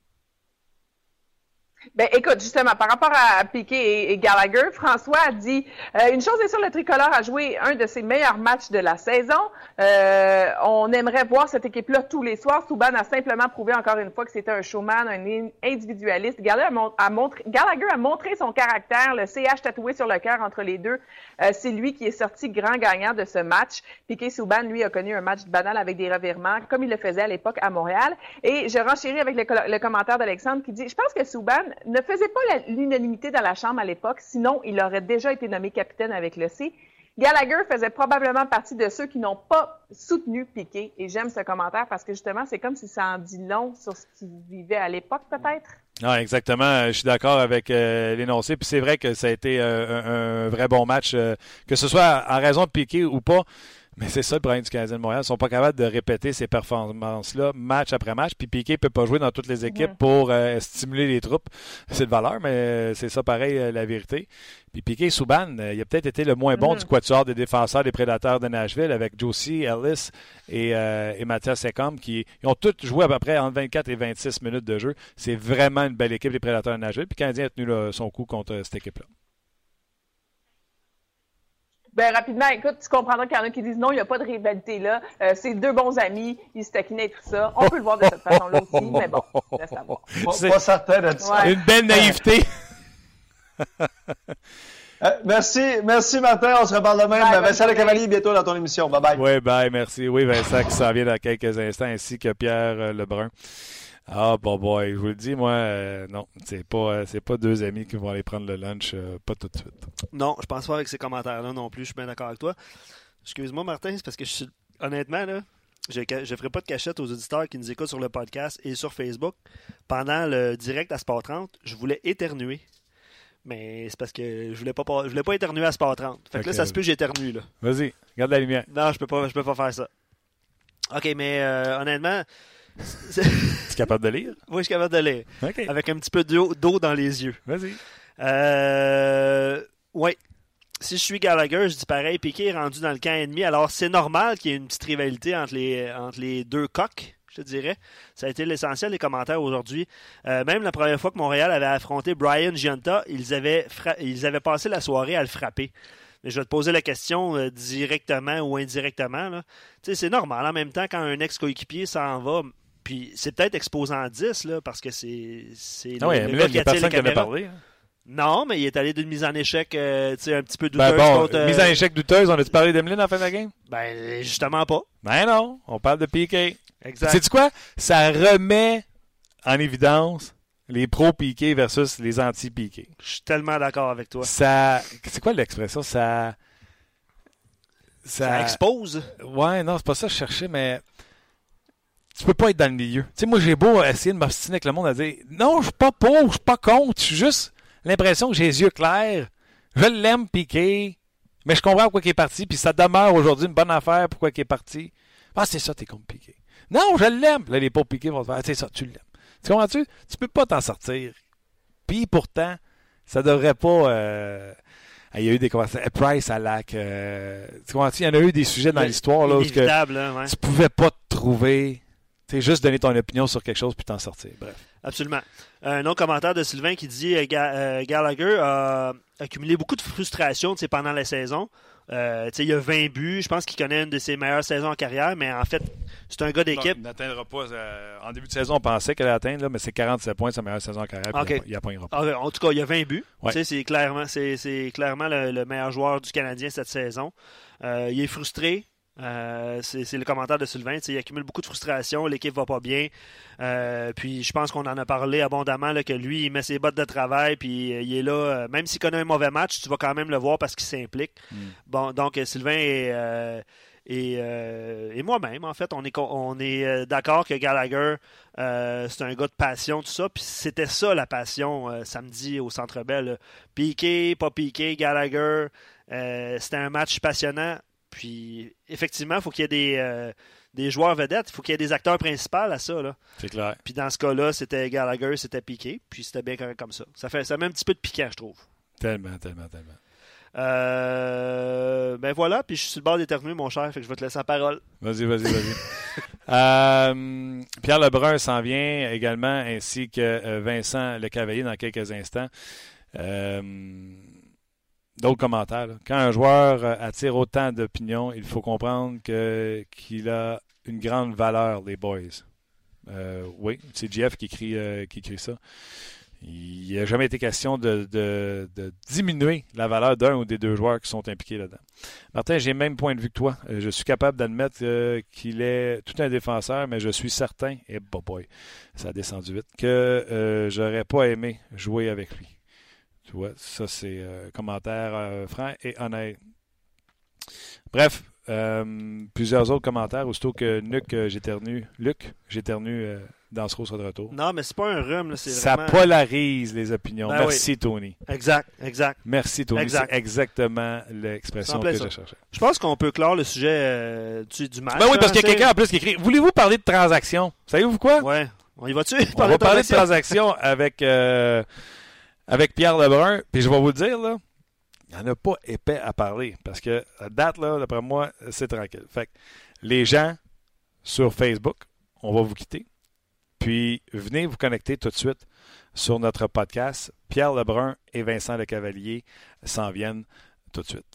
Ben, écoute, justement, par rapport à Piqué et, et Gallagher, François a dit euh, une chose est sûre, le tricolore a joué un de ses meilleurs matchs de la saison. Euh, on aimerait voir cette équipe-là tous les soirs. Subban a simplement prouvé encore une fois que c'était un showman, un individualiste. Gallagher a, mon- a montré, Gallagher a montré son caractère, le C H tatoué sur le cœur entre les deux. Euh, c'est lui qui est sorti grand gagnant de ce match. Piqué Subban, lui, a connu un match banal avec des revirements, comme il le faisait à l'époque à Montréal. Et je renchéris avec le, le commentaire d'Alexandre qui dit, je pense que Subban ne faisait pas la, l'unanimité dans la chambre à l'époque, sinon il aurait déjà été nommé capitaine avec le C. Gallagher faisait probablement partie de ceux qui n'ont pas soutenu Piqué. Et j'aime ce commentaire parce que justement, c'est comme si ça en dit long sur ce qu'il vivait à l'époque, peut-être. Non, exactement. Je suis d'accord avec euh, l'énoncé. Puis c'est vrai que ça a été euh, un, un vrai bon match, euh, que ce soit en raison de Piqué ou pas. Mais c'est ça le problème du Canadien de Montréal. Ils ne sont pas capables de répéter ces performances-là match après match. Puis Piqué ne peut pas jouer dans toutes les équipes mmh. pour euh, stimuler les troupes. C'est de valeur, mais c'est ça pareil, euh, la vérité. Puis Piqué Subban, euh, il a peut-être été le moins bon mmh. du quatuor des défenseurs des Prédateurs de Nashville avec Josie, Ellis et, euh, et Mathias Ekholm qui ils ont tous joué à peu près entre vingt-quatre et vingt-six minutes de jeu. C'est vraiment une belle équipe, les Prédateurs de Nashville. Puis le Canadien a tenu là, son coup contre euh, cette équipe-là. Ben, rapidement, écoute, tu comprendras qu'il y en a qui disent non, il n'y a pas de rivalité là. Euh, c'est deux bons amis, ils se taquinaient et tout ça. On peut le voir de cette façon-là aussi, mais bon, laisse savoir. Pas, pas certain de ça. Ouais. Une belle naïveté. euh, merci, merci Martin, on se reparle demain. Bye, Vincent Lecavalier, bientôt dans ton émission. Bye bye. Oui, bye, merci. Oui, Vincent qui s'en vient dans quelques instants, ainsi que Pierre euh, Lebrun. Ah, bon, boy, je vous le dis, moi, euh, non, c'est pas, euh, c'est pas deux amis qui vont aller prendre le lunch, euh, pas tout de suite. Non, je pense pas avec ces commentaires-là non plus, je suis bien d'accord avec toi. Excuse-moi, Martin, c'est parce que je suis, honnêtement, là, je ne ferai pas de cachette aux auditeurs qui nous écoutent sur le podcast et sur Facebook. Pendant le direct à Sport trente, je voulais éternuer. Mais c'est parce que je voulais pas, je voulais pas éternuer à Sport trente. Fait que okay. Là, ça se peut que j'éternue, là. Vas-y, regarde la lumière. Non, je peux pas, je peux pas faire ça. OK, mais euh, honnêtement... Tu es capable de lire? Oui, je suis capable de lire. Okay. Avec un petit peu d'eau, d'eau dans les yeux. Vas-y. Euh, oui. Si je suis Gallagher, je dis pareil. Piqué est rendu dans le camp ennemi. Alors, c'est normal qu'il y ait une petite rivalité entre les, entre les deux coqs, je te dirais. Ça a été l'essentiel des commentaires aujourd'hui. Euh, même la première fois que Montréal avait affronté Brian Gionta, ils avaient, fra- ils avaient passé la soirée à le frapper. Mais je vais te poser la question euh, directement ou indirectement. Là. Tu sais, c'est normal. En même temps, quand un ex-coéquipier s'en va... Puis c'est peut-être exposant dix, là, parce que c'est, c'est ah oui, le, le le gars qui qui a personne qui avait parlé. Hein. Non, mais il est allé d'une mise en échec euh, un petit peu douteuse. Ben bon, contre, euh... mise en échec douteuse, on a-tu parlé d'Emeline en fin de la game? Ben, justement pas. Ben non, on parle de Piqué. Exact. Sais-tu quoi? Ça remet en évidence les pro-Piqué versus les anti-Piqué. Je suis tellement d'accord avec toi. Ça... C'est quoi l'expression? Ça... Ça... Ça expose? Ouais, non, c'est pas ça que je cherchais, mais... Tu peux pas être dans le milieu. Tu sais, moi, j'ai beau essayer de m'obstiner avec le monde à dire non, je suis pas pour, je suis pas contre. J'ai juste l'impression que j'ai les yeux clairs. Je l'aime, Piqué, mais je comprends pourquoi il est parti, puis ça demeure aujourd'hui une bonne affaire pourquoi il est parti. Ah, c'est ça, t'es contre Piqué. Non, je l'aime. Là, les pauvres Piqué vont te faire, c'est ça, tu l'aimes. Tu comprends-tu? Tu peux pas t'en sortir. Puis pourtant, ça devrait pas... Euh... Il y a eu des conversations. Price à Lac. Euh... Tu comprends-tu? Il y en a eu des sujets dans l'histoire là, où que hein, ouais. tu pouvais pas te trouver... C'est juste donner ton opinion sur quelque chose puis t'en sortir. Bref. Absolument. Un autre commentaire de Sylvain qui dit euh, Ga- euh, Gallagher a accumulé beaucoup de frustration pendant la saison. Euh, il a vingt buts. Je pense qu'il connaît une de ses meilleures saisons en carrière, mais en fait, c'est un gars d'équipe. Non, il n'atteindra pas. Euh, en début de saison, on pensait qu'elle allait atteindre, là, mais c'est quarante-sept points, sa meilleure saison en carrière. Okay. Il n'atteindra pas. Ah, en tout cas, il y a vingt buts. Ouais. C'est clairement, c'est, c'est clairement le, le meilleur joueur du Canadien cette saison. Euh, il est frustré. Euh, c'est, c'est le commentaire de Sylvain. Il accumule beaucoup de frustration. L'équipe va pas bien. Euh, puis je pense qu'on en a parlé abondamment là, que lui, il met ses bottes de travail. Puis euh, il est là. Euh, même s'il connaît un mauvais match, tu vas quand même le voir parce qu'il s'implique. Mm. Bon, donc Sylvain est. Euh, Et, euh, et moi-même, en fait, on est, on est d'accord que Gallagher, euh, c'est un gars de passion, tout ça. Puis c'était ça, la passion, euh, samedi au Centre Bell. Piqué, pas piqué, Gallagher. Euh, c'était un match passionnant. Puis, effectivement, il faut qu'il y ait des, euh, des joueurs vedettes. Il faut qu'il y ait des acteurs principaux à ça. Là. C'est clair. Puis dans ce cas-là, c'était Gallagher, c'était Piqué. Puis c'était bien correct comme ça. Ça, fait, ça met un petit peu de piquant, je trouve. Tellement, tellement, tellement. Euh, ben voilà, puis je suis sur le bord d'éternuer, mon cher, fait que je vais te laisser la parole. Vas-y, vas-y, vas-y. euh, Pierre Lebrun s'en vient également, ainsi que euh, Vincent Lecavalier dans quelques instants. Euh, d'autres commentaires. Là. Quand un joueur attire autant d'opinions, il faut comprendre que, qu'il a une grande valeur, les boys. Euh, oui, c'est Jeff qui écrit, euh, qui écrit ça. Il n'a jamais été question de, de, de diminuer la valeur d'un ou des deux joueurs qui sont impliqués là-dedans. Martin, j'ai le même point de vue que toi. Je suis capable d'admettre euh, qu'il est tout un défenseur, mais je suis certain, et eh, bah boy, ça a descendu vite, que euh, j'aurais pas aimé jouer avec lui. Tu vois, ça c'est euh, commentaire euh, franc et honnête. Bref, euh, plusieurs autres commentaires. Aussitôt que Luc, euh, j'éternue, Luc, j'éternue euh, dans ce sera de retour. Non, mais c'est pas un rhume. Là, c'est ça vraiment... polarise les opinions. Ben Merci, oui. Tony. Exact, exact. Merci, Tony. Exact. C'est exactement l'expression que ça. je cherchais. Je pense qu'on peut clore le sujet euh, du, du match. Ben oui, parce qu'il y a hein, quelqu'un en plus qui écrit « Voulez-vous parler de transactions? » Savez-vous quoi? Ouais. On y va-tu? On va parler de transactions avec, euh, avec Pierre Lebrun. Puis je vais vous le dire, là, il n'y en a pas épais à parler. Parce que à date, là, d'après moi, c'est tranquille. Fait que les gens sur Facebook, on va vous quitter. Puis, venez vous connecter tout de suite sur notre podcast. Pierre Lebrun et Vincent Lecavalier s'en viennent tout de suite.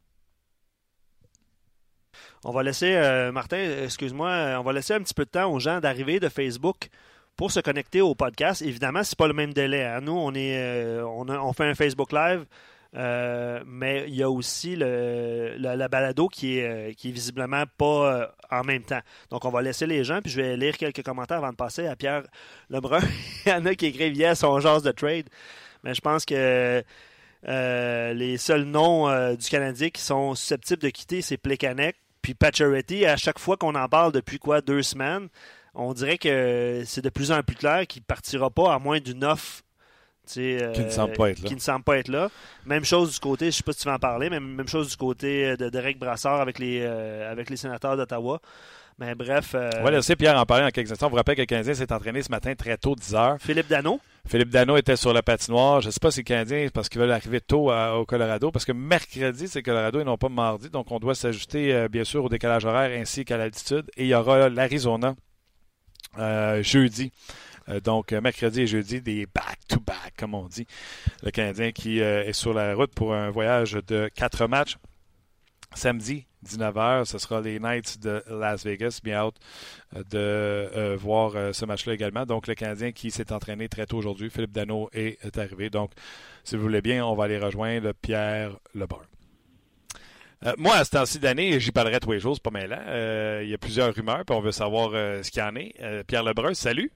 On va laisser, euh, Martin, excuse-moi, on va laisser un petit peu de temps aux gens d'arriver de Facebook pour se connecter au podcast. Évidemment, c'est pas le même délai. Hein. Nous, on, est, euh, on, a, on fait un Facebook Live, euh, mais il y a aussi le, la, la balado qui est, euh, qui est visiblement pas euh, en même temps. Donc, on va laisser les gens, puis je vais lire quelques commentaires avant de passer à Pierre Lebrun. Il y en a qui écrivent hier son genre de trade, mais je pense que euh, les seuls noms euh, du Canadien qui sont susceptibles de quitter, c'est Plekanec puis Pacioretty. À chaque fois qu'on en parle depuis quoi, deux semaines, on dirait que c'est de plus en plus clair qu'il ne partira pas à moins d'une offre euh, qui ne semble pas être là. Qui ne semble pas être là. Même chose du côté, je ne sais pas si tu vas en parler, mais même chose du côté de Derek Brassard avec les, euh, avec les sénateurs d'Ottawa. Mais bref. Euh... On va laisser Pierre en parler en quelques instants. On vous rappelle que le Canadien s'est entraîné ce matin très tôt, dix heures. Philippe Danault. Philippe Danault était sur la patinoire. Je ne sais pas si les Canadiens, parce qu'ils veulent arriver tôt à, au Colorado, parce que mercredi, c'est Colorado et non pas mardi. Donc, on doit s'ajuster, euh, bien sûr, au décalage horaire ainsi qu'à l'altitude. Et il y aura l'Arizona euh, jeudi. Euh, donc, mercredi et jeudi, des back-to-back, comme on dit. Le Canadien qui euh, est sur la route pour un voyage de quatre matchs. Samedi, dix-neuf heures, ce sera les Knights de Las Vegas. Bien hâte de euh, voir euh, ce match-là également. Donc, le Canadien qui s'est entraîné très tôt aujourd'hui, Philippe Danault est, est arrivé. Donc, si vous voulez bien, on va aller rejoindre Pierre Lebrun. Euh, moi, à ce temps-ci d'année, j'y parlerai tous les jours, c'est pas mêlant. Euh, il y a plusieurs rumeurs, puis on veut savoir euh, ce qu'il y en est. Euh, Pierre Lebrun, salut.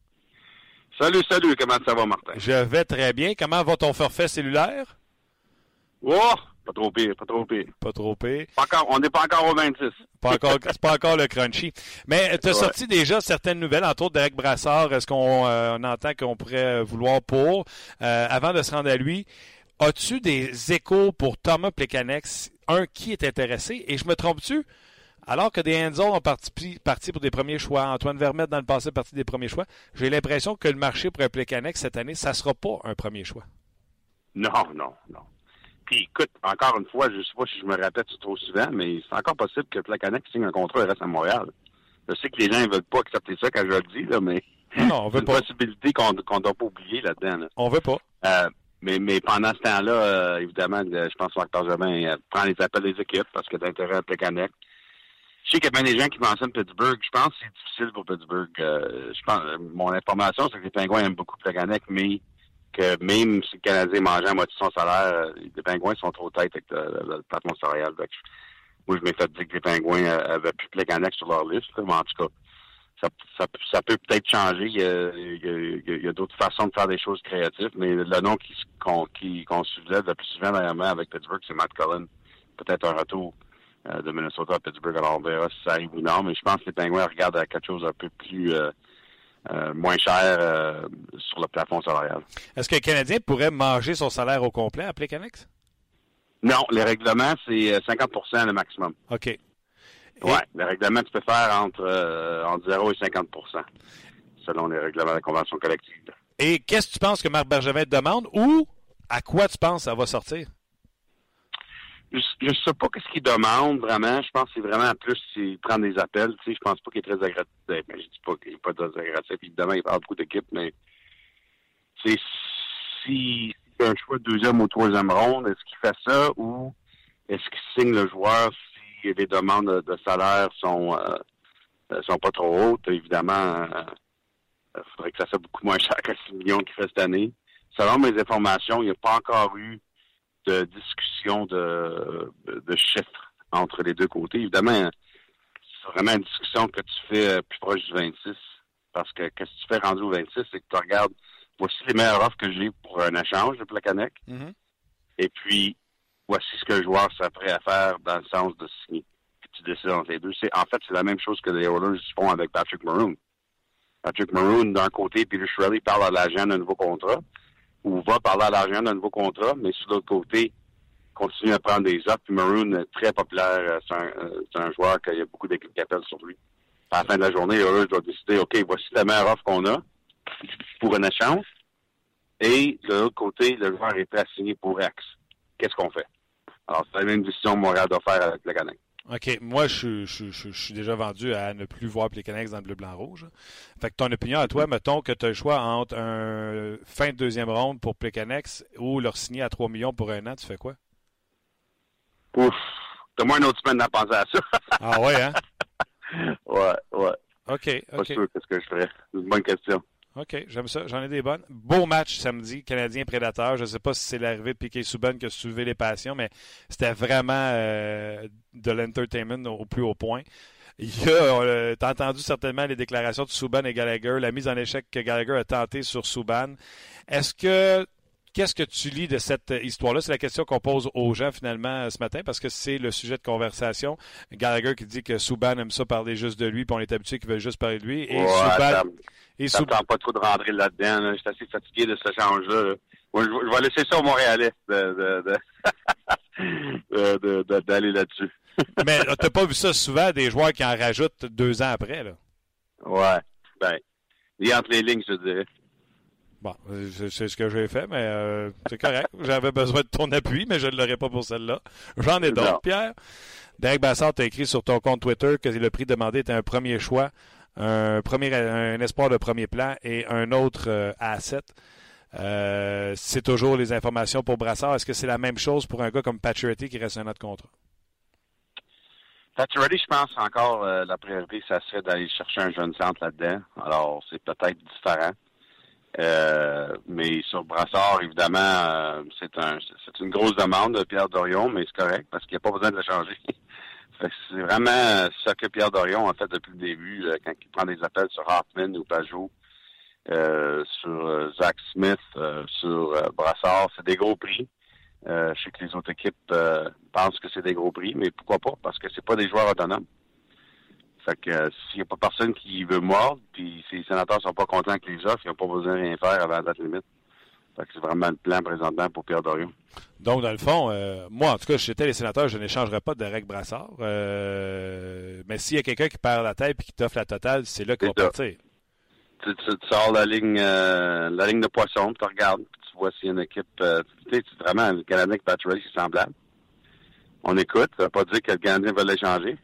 Salut, salut. Comment ça va, Martin? Je vais très bien. Comment va ton forfait cellulaire? Oh! Pas trop pire, pas trop pire. Pas trop pire. Pas encore, on n'est pas encore au vingt-six. Pas encore, c'est pas encore le crunchy. Mais tu as ouais. sorti déjà certaines nouvelles, entre autres Derek Brassard, est-ce qu'on euh, on entend qu'on pourrait vouloir pour. Euh, avant de se rendre à lui, as-tu des échos pour Thomas Plekanec? Un, qui est intéressé? Et je me trompe-tu? Alors que des Hands-on ont parti, parti pour des premiers choix, Antoine Vermette dans le passé parti des premiers choix, j'ai l'impression que le marché pour un Plekanec cette année, ça ne sera pas un premier choix. Non, non, non. Puis écoute, encore une fois, je ne sais pas si je me répète trop souvent, mais c'est encore possible que Plekanec signe un contrat et reste à Montréal. Je sais que les gens ne veulent pas accepter ça quand je le dis, là, mais non, on veut c'est pas. une possibilité qu'on ne doit pas oublier là-dedans. Là. On veut pas. Euh, mais, mais pendant ce temps-là, euh, évidemment, je pense que Marc Bergevin euh, prend les appels des équipes parce qu'il y a d'intérêt à Plekanec. Je sais qu'il y a bien des gens qui mentionnent Pittsburgh. Je pense que c'est difficile pour Pittsburgh. Euh, je pense, mon information, c'est que les Pingouins aiment beaucoup Plekanec, mais que même si le Canadien mangeait à moitié son salaire, euh, les Pingouins sont trop têtes avec le, le, le plafond salarial. Donc, moi, je m'étais dit que les Pingouins avaient plus Plekanec sur leur liste. Là, mais en tout cas, ça, ça, ça peut peut-être changer. Il y a, il y a, il y a d'autres façons de faire des choses créatives, mais le nom qui, qu'on, qui, qu'on soulève le plus souvent dernièrement avec Pittsburgh, c'est Matt Cullen. Peut-être un retour euh, de Minnesota à Pittsburgh. Alors, on verra si ça arrive ou non, mais je pense que les Pingouins regardent à quelque chose un peu plus euh, euh, moins cher euh, sur le plafond salarial. Est-ce que le Canadien pourrait manger son salaire au complet à Plekanec? Non, les règlements, c'est cinquante pour cent le maximum. OK. Et... Oui, le règlement, tu peux faire entre, euh, entre zéro et cinquante pour cent, selon les règlements de la convention collective. Et qu'est-ce que tu penses que Marc Bergevin te demande ou à quoi tu penses que ça va sortir? Je ne sais pas ce qu'il demande vraiment. Je pense que c'est vraiment plus s'il prend des appels. Tu sais, je pense pas qu'il est très agressif. Ben, je dis pas qu'il n'est pas très agressif. Évidemment, il parle beaucoup d'équipes, mais c'est si il y a un choix de deuxième ou troisième ronde, est-ce qu'il fait ça ou est-ce qu'il signe le joueur si les demandes de, de salaire sont euh, sont pas trop hautes? Évidemment, il euh, faudrait que ça soit beaucoup moins cher que six millions qu'il fait cette année. Selon mes informations, il n'y a pas encore eu de discussion de, de, de chiffres entre les deux côtés. Évidemment, c'est vraiment une discussion que tu fais plus proche du vingt-six. Parce que qu'est-ce que tu fais rendu au vingt-six, c'est que tu regardes, voici les meilleures offres que j'ai pour un échange de Plekanec. Mm-hmm. Et puis, voici ce que le joueur serait prêt à faire dans le sens de signer. Puis tu décides entre les deux. C'est, en fait, c'est la même chose que les Oilers font avec Patrick Maroon. Patrick Maroon, d'un côté, Peter Chiarelli parle à l'agent d'un nouveau contrat, ou va parler à l'agent d'un nouveau contrat, mais sur l'autre côté, continue à prendre des offres. Puis Maroon est très populaire. C'est un, c'est un joueur qu'il y a beaucoup d'équipes qui appellent sur lui. À la fin de la journée, les Oilers doivent décider, OK, voici la meilleure offre qu'on a pour un échange. Et de l'autre côté, le joueur est prêt à signer pour X. Qu'est-ce qu'on fait? Alors, c'est la même décision que Montréal doit faire avec Plekanec. OK. Moi, je, je, je, je suis déjà vendu à ne plus voir Plekanec dans le bleu-blanc-rouge. Fait que ton opinion à toi, mettons que tu as le choix entre un fin de deuxième ronde pour Plekanec ou leur signer à trois millions pour un an, tu fais quoi? Ouf! Donne-moi une autre semaine d'en penser à ça. Ah ouais, hein? ouais, ouais. OK, Pas OK. sûr qu'est-ce que je ferais. C'est une bonne question. OK, j'aime ça. J'en ai des bonnes. Beau match samedi, Canadien Prédateur. Je ne sais pas si c'est l'arrivée de Piquet Subban qui a soulevé les passions, mais c'était vraiment euh, de l'entertainment au plus haut point. Il y a, euh, t'as entendu certainement les déclarations de Subban et Gallagher, la mise en échec que Gallagher a tenté sur Subban. Est-ce que Qu'est-ce que tu lis de cette histoire-là? C'est la question qu'on pose aux gens finalement ce matin parce que c'est le sujet de conversation. Gallagher qui dit que Subban aime ça parler juste de lui puis on est habitué qu'il veut juste parler de lui. Et ouais, Subban... Ça, et ça Subban... me tente pas trop de rentrer là-dedans. Là. Je suis assez fatigué de ce change-là. Là. Moi, je, je vais laisser ça aux Montréalais de, de, de, de, de, d'aller là-dessus. Mais t'as pas vu ça souvent, des joueurs qui en rajoutent deux ans après, là? Ouais. Ben, il y a entre les lignes, je dirais. Bon, c'est ce que j'ai fait, mais euh, c'est correct. J'avais besoin de ton appui, mais je ne l'aurais pas pour celle-là. J'en ai d'autres, Pierre. Derek Brassard t'a écrit sur ton compte Twitter que le prix demandé était un premier choix, un premier un espoir de premier plan et un autre euh, asset. Euh, c'est toujours les informations pour Brassard. Est-ce que c'est la même chose pour un gars comme Pacioretty qui reste un autre contrat? Pacioretty, je pense encore euh, la priorité, ça serait d'aller chercher un jeune centre là-dedans. Alors, c'est peut-être différent. Euh, mais sur Brassard, évidemment, euh, c'est un c'est une grosse demande de Pierre Dorion, mais c'est correct parce qu'il n'y a pas besoin de le changer. Fait que c'est vraiment ce que Pierre Dorion a fait depuis le début, euh, quand il prend des appels sur Hoffman ou Pajot, euh, sur euh, Zach Smith, euh, sur euh, Brassard. C'est des gros prix. Euh, je sais que les autres équipes euh, pensent que c'est des gros prix, mais pourquoi pas? Parce que c'est pas des joueurs autonomes. Fait que euh, s'il n'y a pas personne qui veut mordre, puis si les sénateurs sont pas contents avec les offres, ils n'ont pas besoin de rien faire avant la date limite. Fait que c'est vraiment le plan présentement pour Pierre Dorion. Donc, dans le fond, euh, moi, en tout cas, si j'étais les sénateurs, je n'échangerais pas de Derek Brassard. Euh, mais s'il y a quelqu'un qui perd la tête et qui t'offre la totale, c'est là qu'il va partir. Tu, tu, tu sors la ligne euh, la ligne de poisson, puis tu regardes, puis tu vois s'il y a une équipe... Euh, tu sais, c'est vraiment le Canadien avec Pacioretty, c'est semblable. On écoute. Ça ne veut pas dire que le Canadien va l'échanger.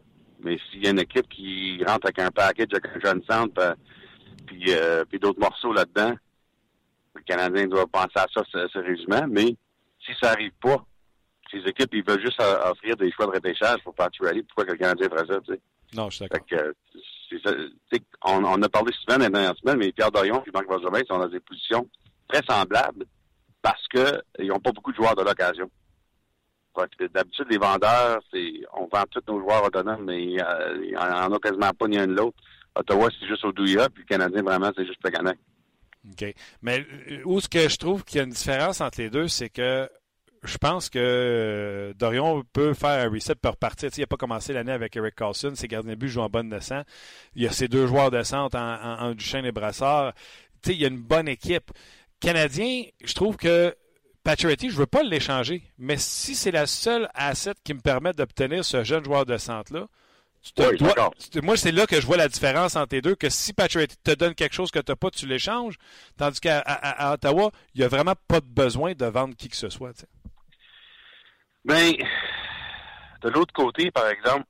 Mais s'il y a une équipe qui rentre avec un package, avec un jeune centre, puis, euh, puis d'autres morceaux là-dedans, le Canadien doit penser à ça sérieusement. Mais si ça n'arrive pas, ces équipes, ils veulent juste offrir des choix de repêchage pour Patrick Riley. Pourquoi que le Canadien ferait ça, tu sais? Non, je suis d'accord. Fait que, c'est ça, on, on a parlé souvent dans les dernières semaines, mais Pierre Dorion et Marc Bergevin sont dans des positions très semblables parce qu'ils n'ont pas beaucoup de joueurs de l'occasion. D'habitude, les vendeurs, c'est on vend tous nos joueurs autonomes, mais il n'y en a quasiment pas ni un de l'autre. Ottawa, c'est juste au Douya, puis le Canadien, vraiment, c'est juste Plekanec. OK. Mais où ce que je trouve qu'il y a une différence entre les deux, c'est que je pense que Dorion peut faire un reset pour repartir. T'sais, il n'a pas commencé l'année avec Erik Karlsson. Ses gardiens de but jouent en bonne descente. Il y a ses deux joueurs de centre en, en, en Duchesne et Brassard. T'sais, il y a une bonne équipe. Canadien, je trouve que Pacioretty, je ne veux pas l'échanger, mais si c'est la seule asset qui me permet d'obtenir ce jeune joueur de centre-là, tu te oui, dois, tu, moi, c'est là que je vois la différence entre les deux, que si Pacioretty te donne quelque chose que tu n'as pas, tu l'échanges, tandis qu'à à, à Ottawa, il n'y a vraiment pas de besoin de vendre qui que ce soit. T'sais. Bien, de l'autre côté, par exemple,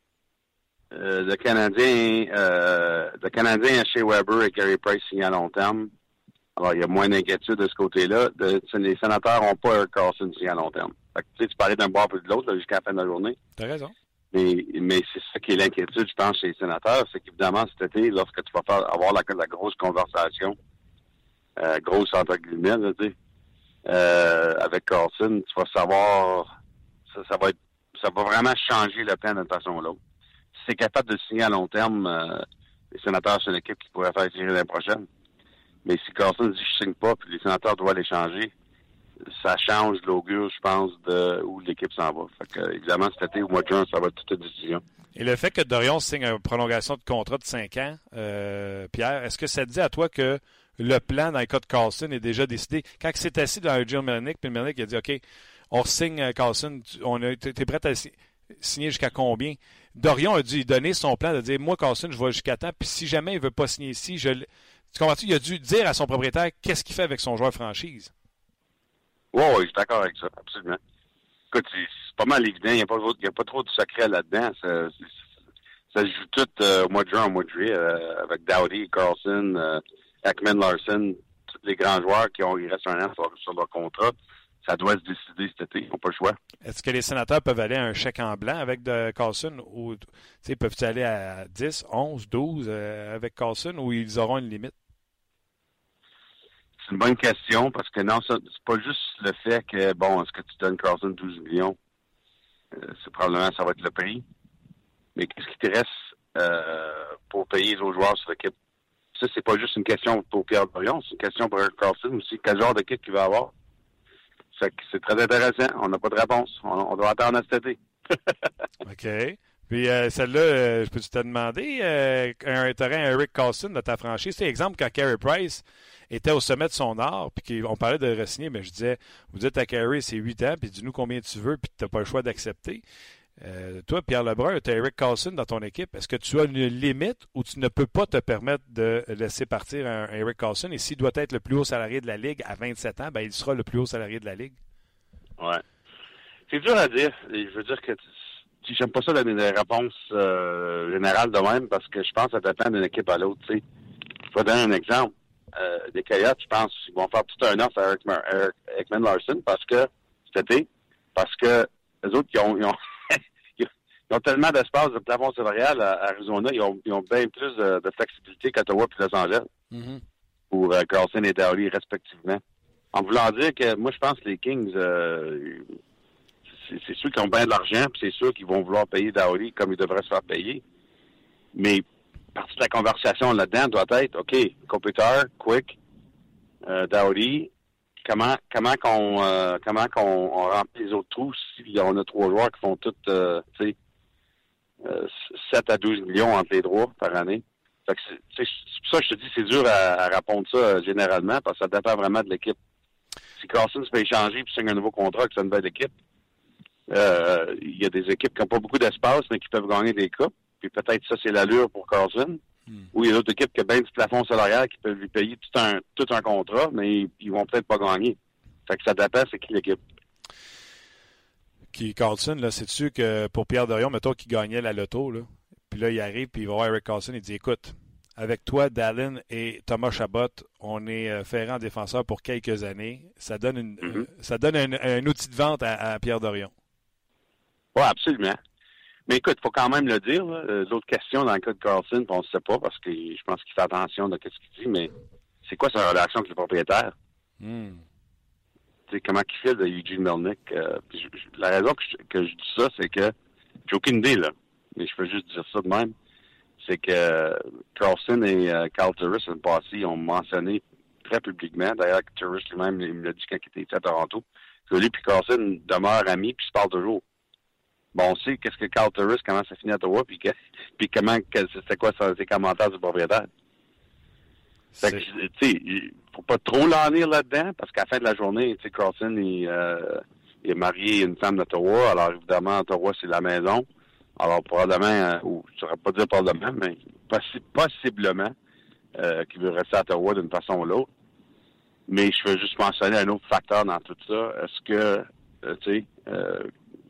euh, le Canadien euh, le Canadien chez Weber et Carey Price signé à long terme. Alors, il y a moins d'inquiétude de ce côté-là. De, les sénateurs n'ont pas Erik Karlsson signé à long terme. Fait que, tu sais, tu parlais d'un bord plus de l'autre là, jusqu'à la fin de la journée. T'as raison. Mais, mais c'est ça qui est l'inquiétude, je pense, chez les sénateurs, c'est qu'évidemment, cet été, lorsque tu vas faire, avoir la, la grosse conversation, euh, grosse entre guillemets, là, tu sais, euh, avec Karlsson, tu vas savoir, ça, ça va être, ça va vraiment changer le plan d'une façon ou l'autre. Si c'est capable de signer à long terme, euh, les sénateurs, c'est une équipe qui pourrait faire tirer l'année prochaine. Mais si Karlsson dit je signe pas, puis les sénateurs doivent l'échanger, ça change l'augure, je pense, de où l'équipe s'en va. Fait que, évidemment, cet été, au mois de juin, ça va être toute une décision. Et le fait que Dorion signe une prolongation de contrat de cinq ans, euh, Pierre, est-ce que ça te dit à toi que le plan dans le cas de Karlsson est déjà décidé? Quand il s'est assis dans un Jim Melnick, puis Melnick a dit OK, on signe Karlsson, on a, t'es prêt à signer jusqu'à combien? Dorion a dû donner son plan de dire moi, Karlsson, je vais jusqu'à temps, puis si jamais il ne veut pas signer ici, je Tu comprends-tu? Il a dû dire à son propriétaire qu'est-ce qu'il fait avec son joueur franchise. Oui, oui, je suis d'accord avec ça, absolument. Écoute, c'est, c'est pas mal évident. Il n'y a, a pas trop de secret là-dedans. Ça, ça se joue tout euh, au mois de juin, au mois de juillet, euh, avec Doughty, Karlsson, euh, Ekman Larson, tous les grands joueurs qui ont, il reste un an sur, sur leur contrat. Ça doit se décider cet été. Ils n'ont pas le choix. Est-ce que les sénateurs peuvent aller à un chèque en blanc avec de Karlsson ou peuvent-ils aller à dix, onze, douze euh, avec Karlsson ou ils auront une limite? C'est une bonne question parce que non, ça, c'est pas juste le fait que, bon, est-ce que tu donnes Karlsson douze millions? Euh, c'est probablement, ça va être le prix. Mais qu'est-ce qui te reste euh, pour payer les autres joueurs sur l'équipe? Ça, c'est pas juste une question pour Pierre Dorion, c'est une question pour Karlsson aussi. Quel genre d'équipe qu'il va avoir? Ça, c'est très intéressant. On n'a pas de réponse. On, on doit attendre à cet été. OK. Puis euh, celle-là, euh, je peux te demander, euh, un terrain Erik Karlsson de ta franchise. C'est exemple quand Carey Price était au sommet de son art, puis on parlait de re-signer, mais je disais, vous dites à Carey, c'est huit ans, puis dis-nous combien tu veux, puis tu n'as pas le choix d'accepter. Euh, toi, Pierre Lebrun, tu as Erik Karlsson dans ton équipe. Est-ce que tu as une limite ou tu ne peux pas te permettre de laisser partir un, un Erik Karlsson? Et s'il doit être le plus haut salarié de la Ligue à vingt-sept ans, ben il sera le plus haut salarié de la Ligue. Ouais. C'est dur à dire. Je veux dire que si j'aime pas ça donner des réponses euh, générales de même parce que je pense que ça dépend d'une équipe à l'autre. Tu sais. Je vais donner un exemple. Euh, les Coyotes, je pense qu'ils vont faire tout un offre à Eric, Eric, Ekman Larson parce que cet été, parce que les autres ils ont, ils ont ils ont tellement d'espace de plafond salarial à Arizona, ils ont, ils ont bien plus de, de flexibilité qu'Ottawa et Los Angeles mm-hmm. pour euh, Karlsson et Doughty respectivement. En voulant dire que moi je pense que les Kings euh, c'est, c'est sûr qu'ils ont bien de l'argent, puis c'est sûr qu'ils vont vouloir payer Doughty comme ils devraient se faire payer. Mais partie de la conversation là-dedans doit être OK, Kopitar, Quick, euh, Doughty, comment comment qu'on euh, comment qu'on on remplit les autres trous si on a trois joueurs qui font tout euh, tu sais euh, sept à douze millions entre les droits par année. Fait que c'est, c'est, c'est pour ça que je te dis c'est dur à, à répondre ça euh, généralement parce que ça dépend vraiment de l'équipe. Si Karlsson se fait échanger et signe un nouveau contrat que c'est une belle équipe, euh, il y a des équipes qui n'ont pas beaucoup d'espace mais qui peuvent gagner des coupes. Puis peut-être ça, c'est l'allure pour Karlsson. Hmm. Ou il y a d'autres équipes qui ont bien du plafond salarial qui peuvent lui payer tout un, tout un contrat, mais ils vont peut-être pas gagner. Fait que ça dépend, c'est qui l'équipe. Qui, Karlsson, là, c'est-tu que pour Pierre Dorion, mettons qu'il gagnait la loto, là, Puis là, il arrive, puis il va voir Erik Karlsson, il dit, écoute, avec toi, Dallin et Thomas Chabot, on est euh, ferrant défenseur pour quelques années. Ça donne, une, mm-hmm. euh, ça donne un, un outil de vente à, à Pierre Dorion. Oui, absolument. Mais écoute, il faut quand même le dire. Là. L'autre question dans le cas de Karlsson, on ne sait pas parce que je pense qu'il fait attention de ce qu'il dit, mais c'est quoi sa relation avec le propriétaire? Mm. Tu sais, comment il file de Eugene Melnyk? Euh, je, je, la raison que je, que je dis ça, c'est que j'ai aucune idée, là. Mais je peux juste dire ça de même. C'est que Karlsson et euh, Carl Turris, l'année passée, ont mentionné très publiquement, d'ailleurs, Turris lui-même, il me l'a dit quand il était à Toronto, que lui et Karlsson demeurent amis puis se parlent toujours. Bon, on sait qu'est-ce que Carl Turris, comment ça finit à Ottawa, puis, que, puis comment, que, c'est quoi ça, ses commentaires du propriétaire. Fait que, tu sais, il faut pas trop l'enlire là-dedans, parce qu'à la fin de la journée, tu sais, Karlsson, il, euh, il est marié à une femme d'Ottawa, alors évidemment, Ottawa, c'est la maison. Alors, probablement, euh, ou je ne saurais pas dire probablement, mais possi- possiblement euh, qu'il veut rester à Ottawa d'une façon ou l'autre. Mais je veux juste mentionner un autre facteur dans tout ça. Est-ce que, euh, tu sais, euh,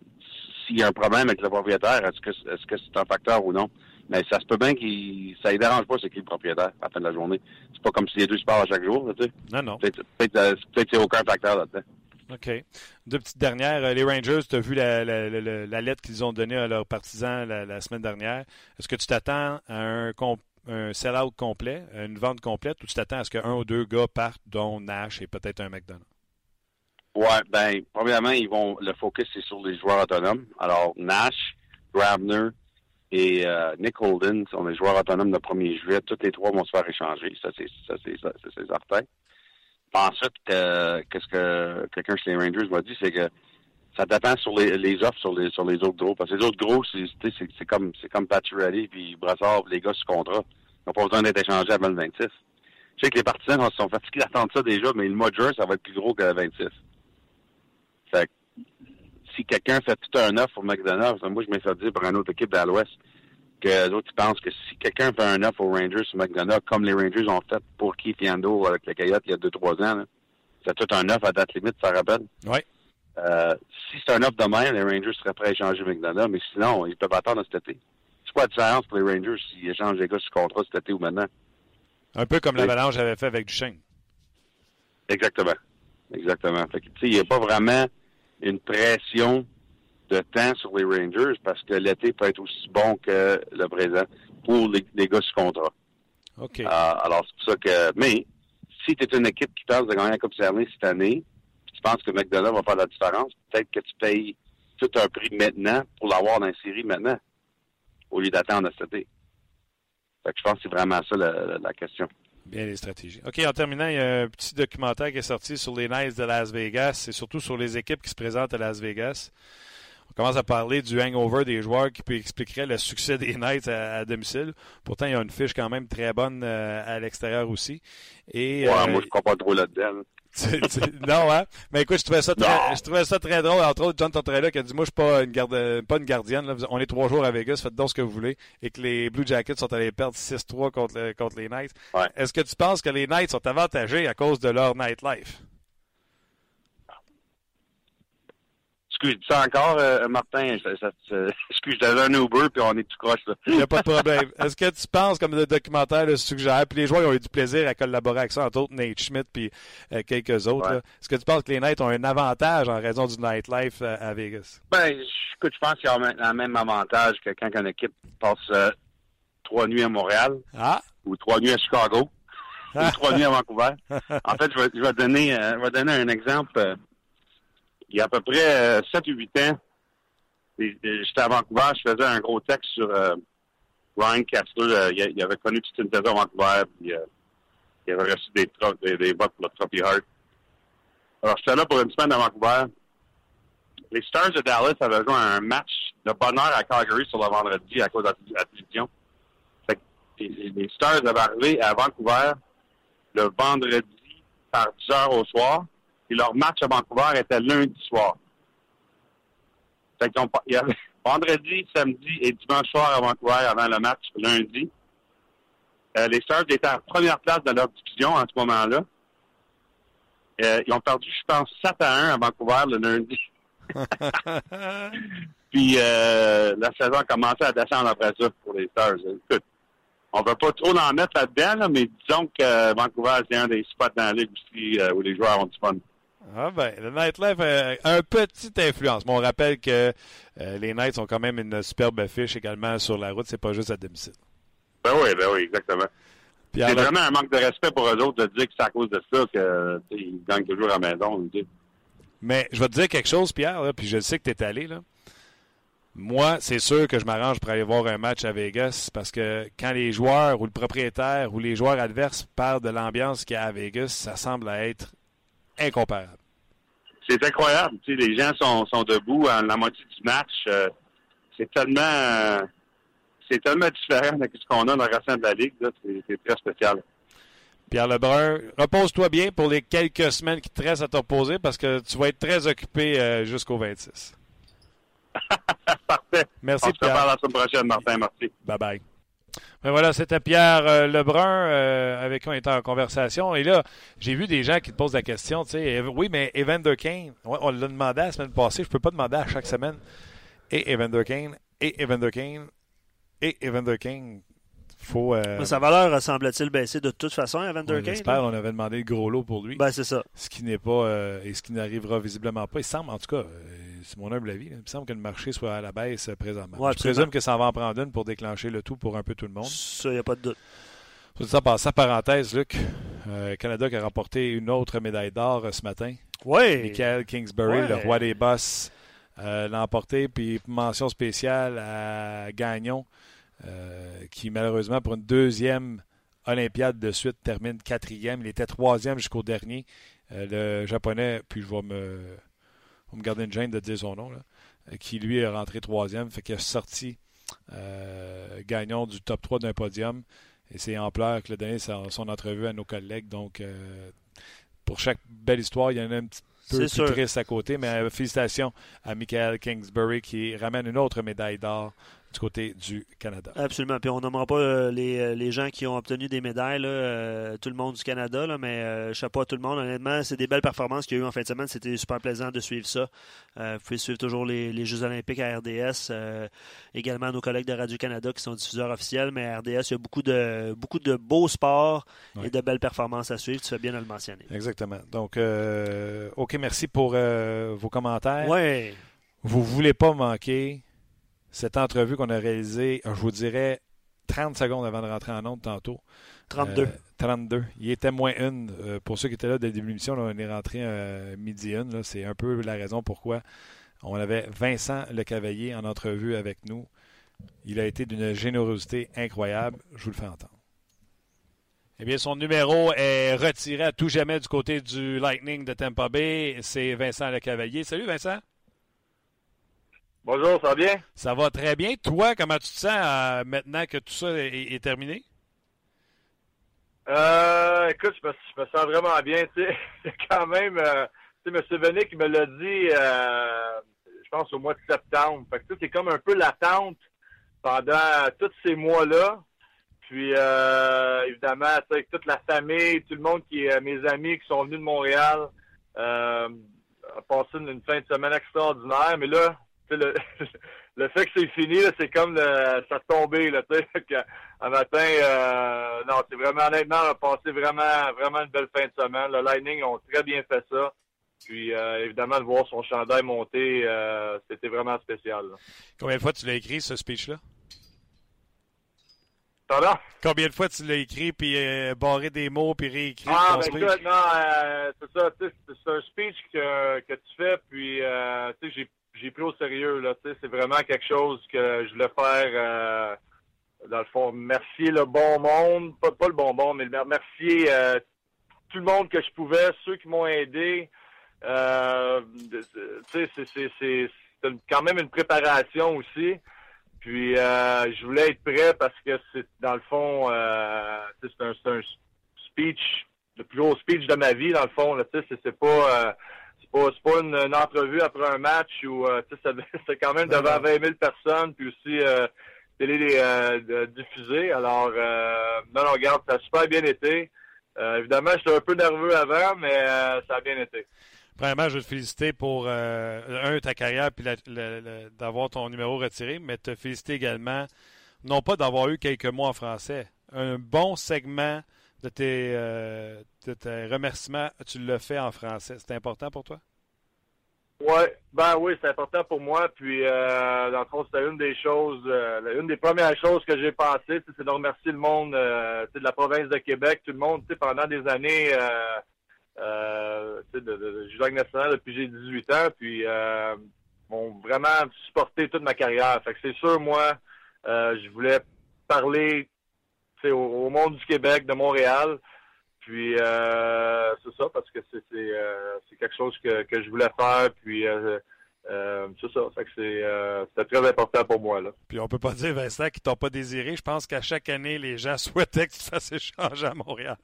s'il y a un problème avec le propriétaire, est-ce que est-ce que c'est un facteur ou non? Mais ça se peut bien qu'il ça ne dérange pas c'est qui le propriétaire à la fin de la journée. C'est pas comme si les deux se parlent à chaque jour, tu sais. Non, non. Peut-être, peut-être, euh, peut-être qu'il n'y a aucun facteur là-dedans. OK. Deux petites dernières. Les Rangers, tu as vu la, la, la, la lettre qu'ils ont donnée à leurs partisans la, la semaine dernière. Est-ce que tu t'attends à un, un sell-out complet, une vente complète, ou tu t'attends à ce qu'un ou deux gars partent, dont Nash et peut-être un McDonough? Ouais, ben, premièrement, ils vont le focus, c'est sur les joueurs autonomes. Alors, Nash, Grabner et euh, Nick Holden sont les joueurs autonomes le premier juillet. Tous les trois vont se faire échanger. Ça, c'est, ça, c'est, ça, c'est, c'est certain. Ensuite, euh, qu'est-ce que quelqu'un chez les Rangers m'a dit, c'est que ça dépend sur les, les offres sur les sur les autres gros. Parce que les autres gros, c'est, c'est, c'est comme c'est comme Pacioretty puis Brassard, les gars sous contrat. Ils n'ont pas besoin d'être échangés avant le vingt-six. Je sais que les partisans se sont fatigués d'attendre ça déjà, mais le mois de juin, ça va être plus gros que le vingt-six. Fait que, si quelqu'un fait tout un offre pour McDonough, moi, je m'ai fait dire par une autre équipe de l'Ouest que les autres, ils pensent que si quelqu'un fait un offre aux Rangers sur McDonough, comme les Rangers ont fait pour Keith Yandel avec les Coyotes il y a deux trois ans, là, c'est tout un offre à date limite, ça rappelle? Oui. Euh, si c'est un offre de même, les Rangers seraient prêts à échanger McDonough, mais sinon, ils peuvent attendre cet été. C'est quoi la différence pour les Rangers s'ils échangent les gars sur contrat cet été ou maintenant? Un peu comme l'Avalanche avait fait avec Duchesne. Exactement. Exactement. Fait que, tu sais, il n'y a pas vraiment une pression de temps sur les Rangers parce que l'été peut être aussi bon que le présent pour les, les gars sous contrat. OK. Euh, alors, c'est pour ça que... Mais, si tu es une équipe qui pense de gagner la Coupe Stanley cette année, puis tu penses que McDonough va faire la différence, peut-être que tu payes tout un prix maintenant pour l'avoir dans la série maintenant, au lieu d'attendre cet été. Fait que je pense que c'est vraiment ça la, la, la question. Bien les stratégies. OK, en terminant, il y a un petit documentaire qui est sorti sur les Knights de Las Vegas et surtout sur les équipes qui se présentent à Las Vegas. On commence à parler du hangover des joueurs qui peut expliquerait le succès des Knights à, à domicile. Pourtant, il y a une fiche quand même très bonne euh, à l'extérieur aussi. Et, ouais, euh, moi, je ne crois pas trop là-dedans. Là. Tu, tu, non, hein? Mais écoute, je trouvais ça très, je trouvais ça très drôle. Entre autres, John Tortorella qui a dit, moi, je suis pas une garde, pas une gardienne, là. On est trois jours à Vegas, faites donc ce que vous voulez. Et que les Blue Jackets sont allés perdre six trois contre, le, contre les Knights. Ouais. Est-ce que tu penses que les Knights sont avantagés à cause de leur nightlife? Excuse, dis ça encore, euh, Martin. Ça, ça, ça, excuse, j'avais un Uber puis on est tout croche, là. Il n'y a pas de problème. Est-ce que tu penses, comme le documentaire le suggère, puis les joueurs ont eu du plaisir à collaborer avec ça, entre autres Nate Schmidt puis euh, quelques autres, ouais. là. Est-ce que tu penses que les Knights ont un avantage en raison du nightlife euh, à Vegas? Ben, écoute, je pense qu'il y a le même avantage que quand une équipe passe euh, trois nuits à Montréal, ah. ou trois nuits à Chicago, ou trois nuits à Vancouver. En fait, je vais, je vais donner, euh, je vais donner un exemple. Euh, il y a à peu près euh, sept ou huit ans, j'étais à Vancouver, je faisais un gros texte sur euh, Ryan Kessler. Euh, il, il avait connu toute une saison à Vancouver, puis euh, il avait reçu des, tro- des, des votes pour le Trophy Hart. Alors, j'étais là pour une semaine à Vancouver. Les Stars de Dallas avaient joué un match de bonheur à Calgary sur le vendredi à cause de la division. Fait que les Stars avaient arrivé à Vancouver le vendredi par dix heures au soir. Et leur match à Vancouver était lundi soir. Fait qu'ils ont, il y avait vendredi, samedi et dimanche soir à Vancouver avant le match lundi. Euh, les Stars étaient en première place de leur division en ce moment-là. Euh, ils ont perdu, je pense, sept à un à Vancouver le lundi. Puis euh, la saison a commencé à descendre après ça pour les Stars. Écoute, on ne veut pas trop en mettre là-dedans, là, mais disons que euh, Vancouver, c'est un des spots dans la ligue aussi euh, où les joueurs ont du fun. Ah ben, le Nightlife a un petite influence. Mais on rappelle que euh, les Knights ont quand même une superbe affiche également sur la route. C'est pas juste à domicile. Ben oui, ben oui, exactement. Puis c'est alors... vraiment un manque de respect pour eux autres de dire que c'est à cause de ça qu'ils gagnent toujours à la maison. Mais je vais te dire quelque chose, Pierre, là, puis je sais que tu es allé, là. Moi, c'est sûr que je m'arrange pour aller voir un match à Vegas parce que quand les joueurs ou le propriétaire ou les joueurs adverses parlent de l'ambiance qu'il y a à Vegas, ça semble être incomparable. C'est incroyable. Tu sais, les gens sont, sont debout à la moitié du match. Euh, c'est tellement euh, c'est tellement différent de ce qu'on a dans le restant de la Ligue. Là. C'est, c'est très spécial. Pierre Lebrun, repose-toi bien pour les quelques semaines qui te restent à te reposer parce que tu vas être très occupé euh, jusqu'au vingt-six. Parfait. Merci, On se Pierre. reparle la semaine prochaine, Martin. Merci. Bye-bye. Ben voilà, c'était Pierre euh, Lebrun euh, avec qui on était en conversation. Et là, j'ai vu des gens qui te posent la question, tu sais, oui, mais Evander Kane, ouais, on l'a demandé la semaine passée, je peux pas demander à chaque semaine. Et Evander Kane, et Evander Kane, et Evander Kane. Faut, euh... Sa valeur semble-t-il baisser de toute façon, Evander Kane? J'espère, on avait demandé le gros lot pour lui. Ben, c'est ça. Ce qui n'est pas, euh, et ce qui n'arrivera visiblement pas. Il semble, en tout cas, euh, c'est mon humble avis, là, il me semble que le marché soit à la baisse euh, présentement. Ouais, je présume que ça en va en prendre une pour déclencher le tout pour un peu tout le monde. Ça, il n'y a pas de doute. Sur ça, par sa parenthèse, Luc, euh, Canada qui a remporté une autre médaille d'or euh, ce matin. Oui. Michael Kingsbury, ouais. le roi des bosses, euh, l'a emporté. Puis mention spéciale à Gagnon, euh, qui malheureusement pour une deuxième Olympiade de suite termine quatrième. Il était troisième jusqu'au dernier. Euh, le japonais, puis je vais me, vais me garder une gêne de dire son nom, là, qui lui est rentré troisième, fait qu'il a sorti euh, Gagnon du top trois d'un podium. Et c'est ampleur qu'il a donné son, son entrevue à nos collègues. Donc, euh, pour chaque belle histoire, il y en a un petit peu plus sûr. Triste à côté. Mais euh, félicitations à Michael Kingsbury qui ramène une autre médaille d'or du côté du Canada. Absolument. Puis on nommera pas euh, les, les gens qui ont obtenu des médailles, là, euh, tout le monde du Canada, là, mais euh, chapeau à tout le monde. Honnêtement, c'est des belles performances qu'il y a eu en fin de semaine. C'était super plaisant de suivre ça. Euh, vous pouvez suivre toujours les, les Jeux olympiques à R D S. Euh, également nos collègues de Radio-Canada qui sont diffuseurs officiels. Mais à R D S, il y a beaucoup de, beaucoup de beaux sports ouais. et de belles performances à suivre. Tu fais bien de le mentionner. Exactement. Donc, euh, OK, merci pour euh, vos commentaires. Oui. Vous ne voulez pas manquer cette entrevue qu'on a réalisée, je vous dirais, trente secondes avant de rentrer en onde tantôt. trente-deux. Euh, trente-deux. Il était moins une. Euh, pour ceux qui étaient là dès le début de l'émission, là, on est rentré euh, midi une. Là, c'est un peu la raison pourquoi on avait Vincent Lecavalier en entrevue avec nous. Il a été d'une générosité incroyable. Je vous le fais entendre. Eh bien, son numéro est retiré à tout jamais du côté du Lightning de Tampa Bay. C'est Vincent Lecavalier. Salut, Vincent. Bonjour, ça va bien? Ça va très bien. Toi, comment tu te sens euh, maintenant que tout ça est, est terminé? Euh, écoute, je me, je me sens vraiment bien. Tu sais, c'est quand même, euh, tu sais, M. Venick me l'a dit, euh, je pense au mois de septembre. Fait que tu sais, c'est comme un peu l'attente pendant tous ces mois-là. Puis, euh, évidemment, tu sais, avec toute la famille, tout le monde qui est mes amis qui sont venus de Montréal, euh, a passé une, une fin de semaine extraordinaire. Mais là, Le, le fait que c'est fini, là, c'est comme le, ça tombé, là, tu sais, un matin, euh, non, c'est vraiment, honnêtement, on a passé vraiment, vraiment une belle fin de semaine. Le Lightning ont très bien fait ça. Puis, euh, évidemment, de voir son chandail monter, euh, c'était vraiment spécial. Là. Combien de fois tu l'as écrit, ce speech-là? Pardon? Combien de fois tu l'as écrit, puis euh, barré des mots, puis réécrit ah, ton ben, speech? Écoute, non, euh, c'est ça, tu sais, c'est un speech que, que tu fais, puis, euh, tu sais, j'ai J'ai pris au sérieux, là, tu sais, c'est vraiment quelque chose que je voulais faire, euh, dans le fond, remercier le bon monde, pas, pas le bon monde, mais remercier euh, tout le monde que je pouvais, ceux qui m'ont aidé, euh, tu sais, c'est, c'est, c'est, c'est quand même une préparation aussi, puis euh, je voulais être prêt parce que c'est, dans le fond, euh, c'est un, c'est un speech, le plus gros speech de ma vie, dans le fond, là, tu sais, c'est, c'est pas... Euh, C'est pas une, une entrevue après un match où euh, c'est quand même devant vingt mille personnes, puis aussi euh, télé euh, diffusée. Alors, euh, non, non, regarde, ça a super bien été. Euh, évidemment, j'étais un peu nerveux avant, mais euh, ça a bien été. Premièrement, je veux te féliciter pour, euh, un, ta carrière puis la, la, la, d'avoir ton numéro retiré, mais te féliciter également, non pas d'avoir eu quelques mots en français. Un bon segment de tes, euh, de tes remerciements, tu l'as fait en français. C'est important pour toi? Ouais, ben oui, c'est important pour moi. Puis, euh, dans le fond, c'était une des choses, euh, une des premières choses que j'ai pensé, c'est de remercier le monde euh, de la province de Québec, tout le monde, pendant des années, euh, euh, de, de, de Jacques national depuis j'ai dix-huit ans, puis euh, m'ont vraiment supporté toute ma carrière. Fait que c'est sûr, moi, euh, je voulais parler au, au monde du Québec, de Montréal. Puis euh, c'est ça, parce que c'est c'est, euh, c'est quelque chose que, que je voulais faire. Puis euh, euh, c'est ça, fait que c'est euh, c'était très important pour moi là. Puis on peut pas dire, Vincent, qu'ils t'ont pas désiré. Je pense qu'à chaque année, les gens souhaitaient que tu te fasses échanger à Montréal.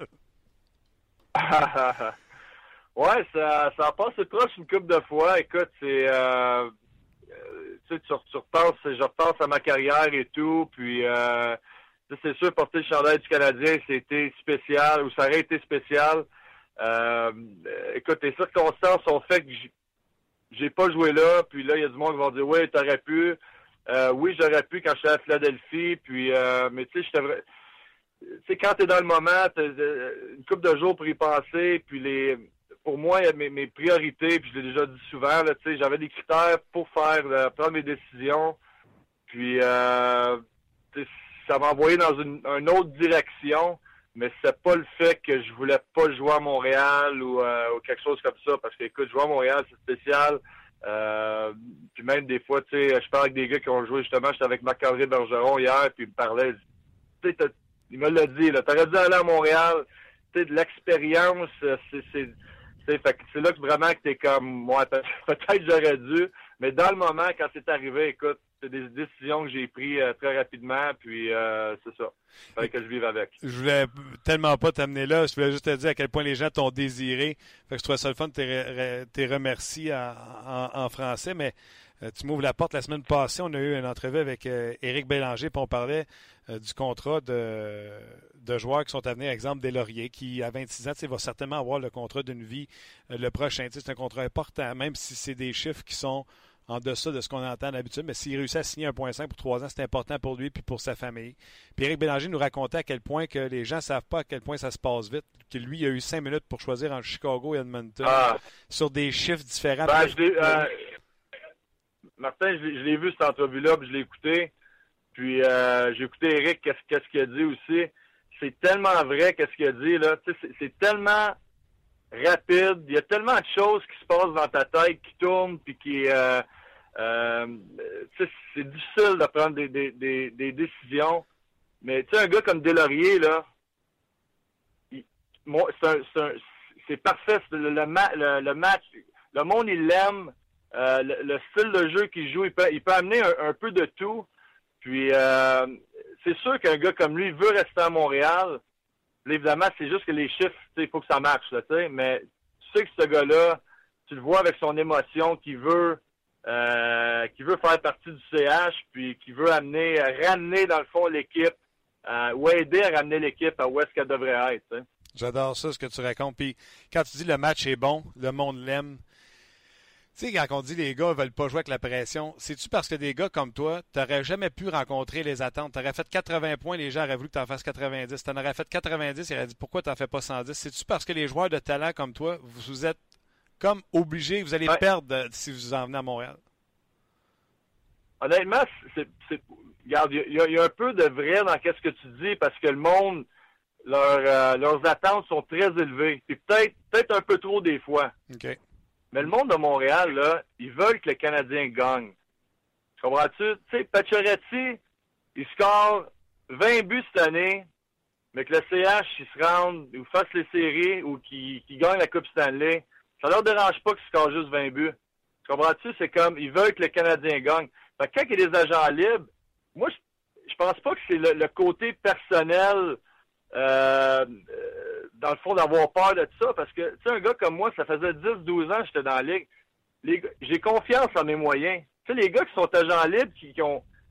Ouais, ça, ça a passé proche une couple de fois. Écoute, c'est euh, tu sais, tu, tu repenses, je repense à ma carrière et tout, puis euh, c'est sûr, porter le chandail du Canadien, c'était spécial, ou ça aurait été spécial. Euh, écoute, les circonstances ont fait que j'ai, j'ai pas joué là, puis là, il y a du monde qui vont dire « Oui, t'aurais pu. Euh, » Oui, j'aurais pu quand j'étais à Philadelphie, puis euh, mais tu sais, j'étais vrai... Tu sais, quand t'es dans le moment, t'as une couple de jours pour y penser, puis les... Pour moi, mes, mes priorités, puis je l'ai déjà dit souvent, là, tu sais, j'avais des critères pour faire, là, prendre mes décisions, puis euh, tu sais, ça m'a envoyé dans une, une autre direction, mais c'est pas le fait que je voulais pas jouer à Montréal ou, euh, ou quelque chose comme ça, parce que, écoute, jouer à Montréal, c'est spécial. Euh, puis même des fois, tu sais, je parle avec des gars qui ont joué, justement, j'étais avec Marc-André Bergeron hier, puis il me parlait, tu sais, il me l'a dit, là, t'aurais dû aller à Montréal, tu sais, de l'expérience, c'est, c'est, c'est, fait que c'est là que vraiment que t'es comme, ouais, peut-être j'aurais dû, mais dans le moment, quand c'est arrivé, écoute, c'est des décisions que j'ai prises euh, très rapidement, puis euh, c'est ça. Il fallait que je vive avec. Je voulais tellement pas t'amener là. Je voulais juste te dire à quel point les gens t'ont désiré. Fait que je trouvais ça le fun de te, te remercier en, en, en français, mais euh, tu m'ouvres la porte. La semaine passée, on a eu une entrevue avec euh, Éric Bélanger, puis on parlait euh, du contrat de, de joueurs qui sont à venir. Exemple, des Lauriers, qui, à vingt-six ans, va certainement avoir le contrat d'une vie. Euh, le prochain, c'est un contrat important, même si c'est des chiffres qui sont en deçà de ce qu'on entend d'habitude, mais s'il réussit à signer un virgule cinq pour trois ans, c'est important pour lui et pour sa famille. Puis Éric Bélanger nous racontait à quel point que les gens ne savent pas à quel point ça se passe vite, que lui, il a eu cinq minutes pour choisir entre Chicago et Edmonton, ah. sur des chiffres différents. Ben, je l'ai, euh, Martin, je l'ai, je l'ai vu cette entrevue-là, puis je l'ai écouté. Puis euh, j'ai écouté Éric, qu'est-ce, qu'est-ce qu'il a dit aussi. C'est tellement vrai, qu'est-ce qu'il a dit, là. Tu sais, c'est, c'est tellement rapide. Il y a tellement de choses qui se passent dans ta tête, qui tournent, puis qui... Euh, Euh, c'est difficile de prendre des, des, des, des décisions, mais tu sais, un gars comme Deslauriers, là, il, moi, c'est, un, c'est, un, c'est parfait, c'est le, le, le, le match, le monde, il l'aime, euh, le, le style de jeu qu'il joue, il peut, il peut amener un, un peu de tout, puis euh, c'est sûr qu'un gars comme lui veut rester à Montréal. Là, évidemment, c'est juste que les chiffres, il faut que ça marche, là, mais tu sais que ce gars-là, tu le vois avec son émotion, qu'il veut Euh, qui veut faire partie du C H, puis qui veut amener, ramener dans le fond l'équipe, euh, ou aider à ramener l'équipe à où est-ce qu'elle devrait être. T'sais. J'adore ça, ce que tu racontes. Puis quand tu dis le match est bon, le monde l'aime. Tu sais, quand on dit les gars ne veulent pas jouer avec la pression, c'est-tu parce que des gars comme toi, tu n'aurais jamais pu rencontrer les attentes? Tu aurais fait quatre-vingts points, les gens auraient voulu que tu en fasses quatre-vingt-dix. Tu en aurais fait quatre-vingt-dix, ils auraient dit pourquoi tu n'en fais pas cent dix? C'est-tu parce que les joueurs de talent comme toi, vous êtes comme obligé, vous allez ouais. perdre si vous en venez à Montréal? Honnêtement, c'est, c'est, regarde, il y, y a un peu de vrai dans ce que tu dis parce que le monde, leur, euh, leurs attentes sont très élevées. Puis peut-être, peut-être un peu trop des fois. Okay. Mais le monde de Montréal, là, ils veulent que le Canadien gagne. Comprends-tu? Tu sais, Pacioretty, il score vingt buts cette année, mais que le C H, il se rende ou fasse les séries ou qu'il, qu'il gagne la Coupe Stanley. Ça leur dérange pas qu'ils scorent juste vingt buts. Comprends-tu? C'est comme, ils veulent que le Canadien gagne. Fait que quand il y a des agents libres, moi, je, je pense pas que c'est le, le côté personnel, euh, dans le fond, d'avoir peur de ça. Parce que, tu sais, un gars comme moi, ça faisait dix douze ans que j'étais dans la ligue. Les, j'ai confiance en mes moyens. Tu sais, les gars qui sont agents libres, qui, qui ont,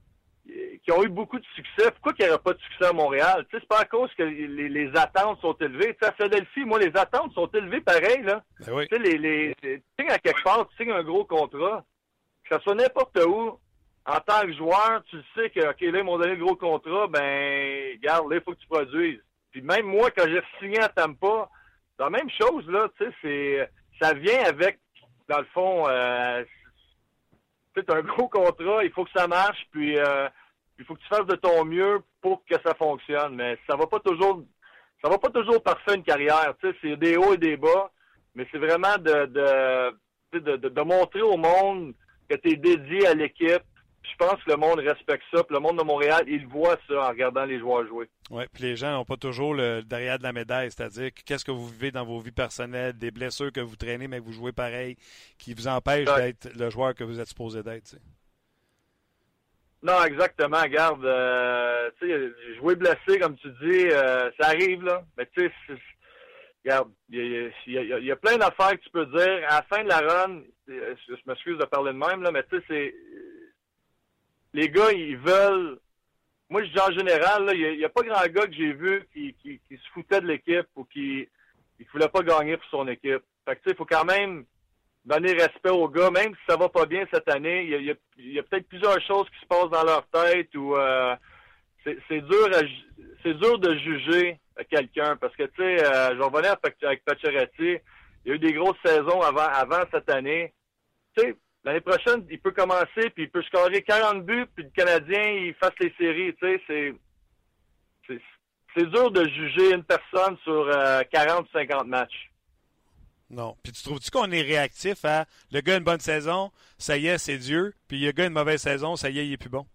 qui ont eu beaucoup de succès, pourquoi qu'il n'y aurait pas de succès à Montréal? Tu sais, c'est pas à cause que les, les attentes sont élevées. Tu sais, à Philadelphie, moi, les attentes sont élevées pareil, là. Ben oui. Tu sais, les, les, tu signes à quelque part, tu signes un gros contrat. Que ça soit n'importe où, en tant que joueur, tu sais que, OK, là, ils m'ont donné le gros contrat, ben, regarde, là, il faut que tu produises. Puis même moi, quand j'ai signé à Tampa, c'est la même chose, là, tu sais, c'est, ça vient avec, dans le fond, euh, c'est un gros contrat, il faut que ça marche, puis euh, il faut que tu fasses de ton mieux pour que ça fonctionne. Mais ça va pas toujours, ça va pas toujours parfait une carrière. Tu sais, c'est des hauts et des bas, mais c'est vraiment de de, de, de, de montrer au monde que tu es dédié à l'équipe. Je pense que le monde respecte ça. Puis le monde de Montréal, il voit ça en regardant les joueurs jouer. Oui, puis les gens n'ont pas toujours le derrière de la médaille, c'est-à-dire que qu'est-ce que vous vivez dans vos vies personnelles, des blessures que vous traînez, mais que vous jouez pareil, qui vous empêchent ouais. d'être le joueur que vous êtes supposé d'être. Tu sais. Non, exactement. Regarde, euh, tu sais, jouer blessé, comme tu dis, euh, ça arrive, là. Mais tu sais, regarde, il y, y, y, y a plein d'affaires que tu peux dire. À la fin de la run, je m'excuse de parler de même, là, mais tu sais, c'est... Les gars, ils veulent... Moi, je dis en général, il n'y a, a pas grand gars que j'ai vu qui, qui, qui se foutait de l'équipe ou qui ne voulait pas gagner pour son équipe. Fait que tu sais, il faut quand même donner respect aux gars, même si ça va pas bien cette année. Il y a, a, a peut-être plusieurs choses qui se passent dans leur tête ou euh, c'est, c'est dur à, c'est dur de juger quelqu'un parce que tu sais, euh, je vais revenir avec Pacioretty. Il y a eu des grosses saisons avant, avant cette année. Tu sais, l'année prochaine, il peut commencer, puis il peut scorer quarante buts, puis le Canadien, il fasse les séries. Tu sais, c'est, c'est, c'est dur de juger une personne sur euh, quarante ou cinquante matchs. Non. Puis tu trouves-tu qu'on est réactif à le gars a une bonne saison, ça y est, c'est Dieu, puis le gars a une mauvaise saison, ça y est, il est plus bon?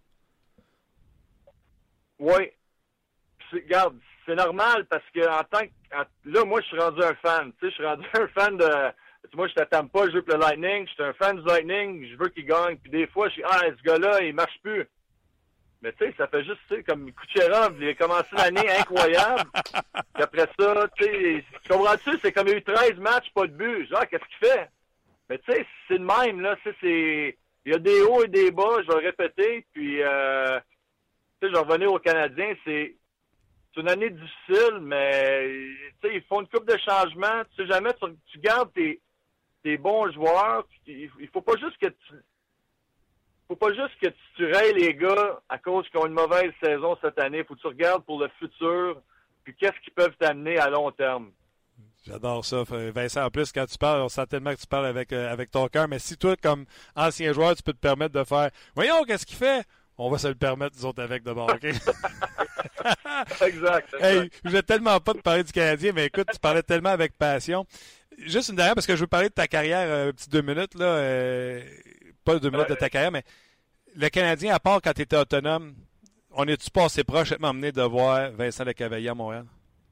Oui. Regarde, c'est normal parce que en tant que. En, là, moi, je suis rendu un fan. Tu sais, je suis rendu un fan de. Moi, je t'attends pas, je joue pour le Lightning. Je suis un fan du Lightning, je veux qu'il gagne. Puis des fois, je suis ah, ce gars-là, il marche plus. Mais tu sais, ça fait juste, tu sais, comme Kucherov, il a commencé l'année incroyable. Puis après ça, tu sais, tu comprends-tu? C'est comme il y a eu treize matchs, pas de but. Genre, qu'est-ce qu'il fait? Mais tu sais, c'est le même, là. Tu sais, c'est. Il y a des hauts et des bas, je vais le répéter. Puis, euh, tu sais, je vais revenir aux Canadiens. C'est. C'est une année difficile, mais tu sais, ils font une couple de changements. Tu sais jamais, tu, tu gardes tes, tes bons joueurs. Il, il faut pas juste que tu faut pas juste que tu, tu rayes les gars à cause qu'ils ont une mauvaise saison cette année. Il faut que tu regardes pour le futur, puis qu'est-ce qu'ils peuvent t'amener à long terme. J'adore ça, Vincent. En plus, quand tu parles, on sent tellement que tu parles avec, euh, avec ton cœur. Mais si toi, comme ancien joueur, tu peux te permettre de faire « Voyons, qu'est-ce qu'il fait? » On va se le permettre, nous autres, avec de bord, OK? exact. exact. Hey, je voulais tellement pas te parler du Canadien, mais écoute, tu parlais tellement avec passion. Juste une dernière, parce que je veux parler de ta carrière, un euh, petit deux minutes, là. Euh, pas deux minutes ouais. de ta carrière, mais le Canadien, à part quand tu étais autonome, on est-tu passé proche de m'emmener de voir Vincent Lecavalier à Montréal?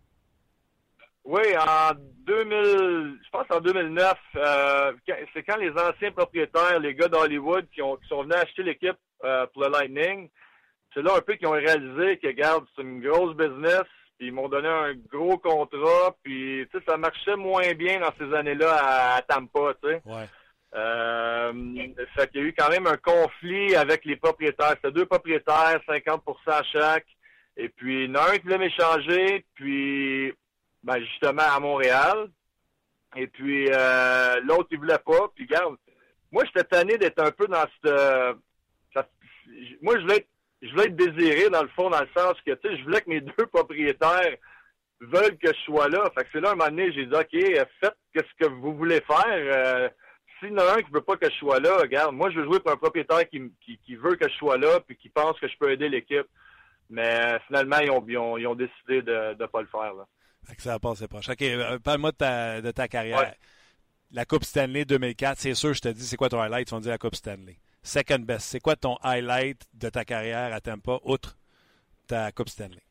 Oui, en deux mille, je pense en deux mille neuf, euh, c'est quand les anciens propriétaires, les gars d'Hollywood, qui, ont, qui sont venus acheter l'équipe euh, pour le Lightning, c'est là un peu qu'ils ont réalisé que, regarde, c'est une grosse business, puis ils m'ont donné un gros contrat, puis tu sais, ça marchait moins bien dans ces années-là à, à Tampa, tu sais. Ouais. Euh, fait qu'il y a eu quand même un conflit avec les propriétaires. C'était deux propriétaires, cinquante pour cent chaque, et puis il y en a un qui voulait m'échanger, puis ben justement à Montréal, et puis euh, l'autre il voulait pas, puis regarde, moi j'étais tanné d'être un peu dans cette... Ça, moi je voulais être Je voulais être désiré, dans le fond, dans le sens que, tu sais, je voulais que mes deux propriétaires veulent que je sois là. Fait que c'est là, un moment donné, j'ai dit, OK, faites ce que vous voulez faire. Euh, S'il y en a un qui veut pas que je sois là, regarde, moi, je veux jouer pour un propriétaire qui, qui, qui veut que je sois là puis qui pense que je peux aider l'équipe. Mais finalement, ils ont, ils ont, ils ont décidé de ne pas le faire, là. Fait que ça a passé proche. OK, euh, parle-moi de ta, de ta carrière. Ouais. La Coupe Stanley deux mille quatre, c'est sûr, je te dis, c'est quoi ton highlight? Tu vas me dire la Coupe Stanley. Second best, c'est quoi ton highlight de ta carrière à Tampa, outre ta Coupe Stanley?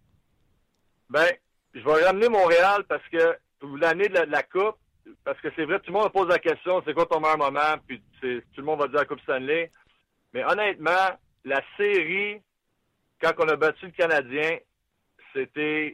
Ben, je vais ramener Montréal parce que l'année de la, de la Coupe, parce que c'est vrai, tout le monde me pose la question, c'est quoi ton meilleur moment, puis tout le monde va dire la Coupe Stanley. Mais honnêtement, la série, quand on a battu le Canadien, c'était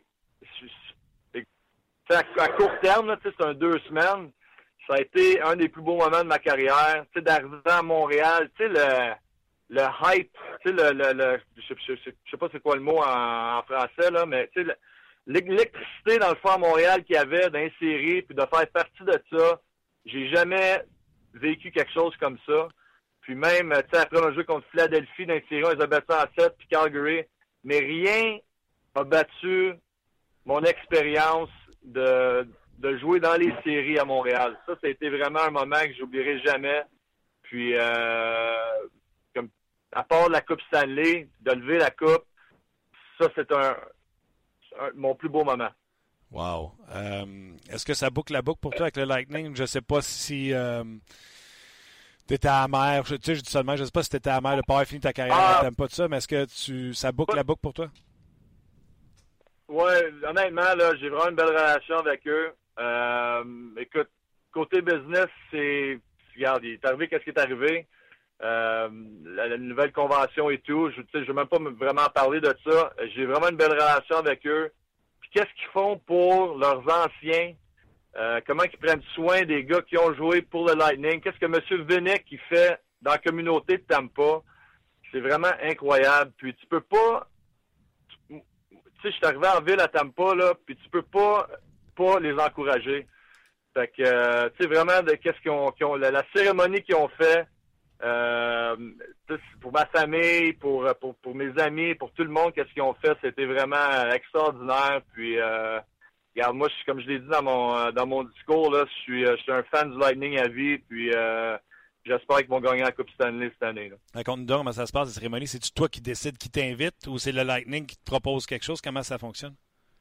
à, à court terme, là, c'est un deux semaines. Ça a été un des plus beaux moments de ma carrière. Tu sais, d'arriver à Montréal, tu sais, le, le hype, tu sais, le, le, le je, je, je, je sais pas c'est quoi le mot en, en français, là, mais tu sais, l'électricité dans le fond à Montréal qu'il y avait dans les séries, puis de faire partie de ça, j'ai jamais vécu quelque chose comme ça. Puis même, tu sais, après on a joué contre Philadelphie dans les séries, on les a battus en sept, puis Calgary, mais rien n'a battu mon expérience de, de jouer dans les séries à Montréal. Ça, ça a été vraiment un moment que j'oublierai jamais. Puis, euh, comme à part la Coupe Stanley, de lever la coupe, ça, c'est un, un mon plus beau moment. Wow. Euh, est-ce que ça boucle la boucle pour toi avec le Lightning? Je ne sais pas si euh, tu étais amer. Tu sais, je dis seulement, je ne sais pas si tu étais amer de ne pas avoir fini ta carrière. Ah. Tu n'aimes pas de ça, mais est-ce que tu ça boucle la boucle pour toi? Oui, honnêtement, là, j'ai vraiment une belle relation avec eux. Euh, écoute, côté business, c'est... Regarde, il est arrivé qu'est-ce qui est arrivé. Euh, la, la nouvelle convention et tout. Je ne veux même pas vraiment parler de ça. J'ai vraiment une belle relation avec eux. Puis qu'est-ce qu'ils font pour leurs anciens? Euh, comment ils prennent soin des gars qui ont joué pour le Lightning? Qu'est-ce que M. Vinik qui fait dans la communauté de Tampa? C'est vraiment incroyable. Puis tu peux pas... Tu sais, je suis arrivé en ville à Tampa, là, puis tu peux pas, pas les encourager. Fait que, euh, tu sais, vraiment, de qu'est-ce qu'ils ont, qu'ils ont la, la cérémonie qu'ils ont fait, euh, pour ma famille, pour, pour, pour mes amis, pour tout le monde, qu'est-ce qu'ils ont fait, c'était vraiment extraordinaire. Puis, euh, regarde, moi, je, comme je l'ai dit dans mon, dans mon discours, là, je suis, je suis un fan du Lightning à vie, puis, euh, j'espère qu'ils vont gagner la Coupe Stanley cette année. Là. Raconte-nous comment ça se passe, la cérémonie. C'est-tu toi qui décides qui t'invite ou c'est le Lightning qui te propose quelque chose? Comment ça fonctionne?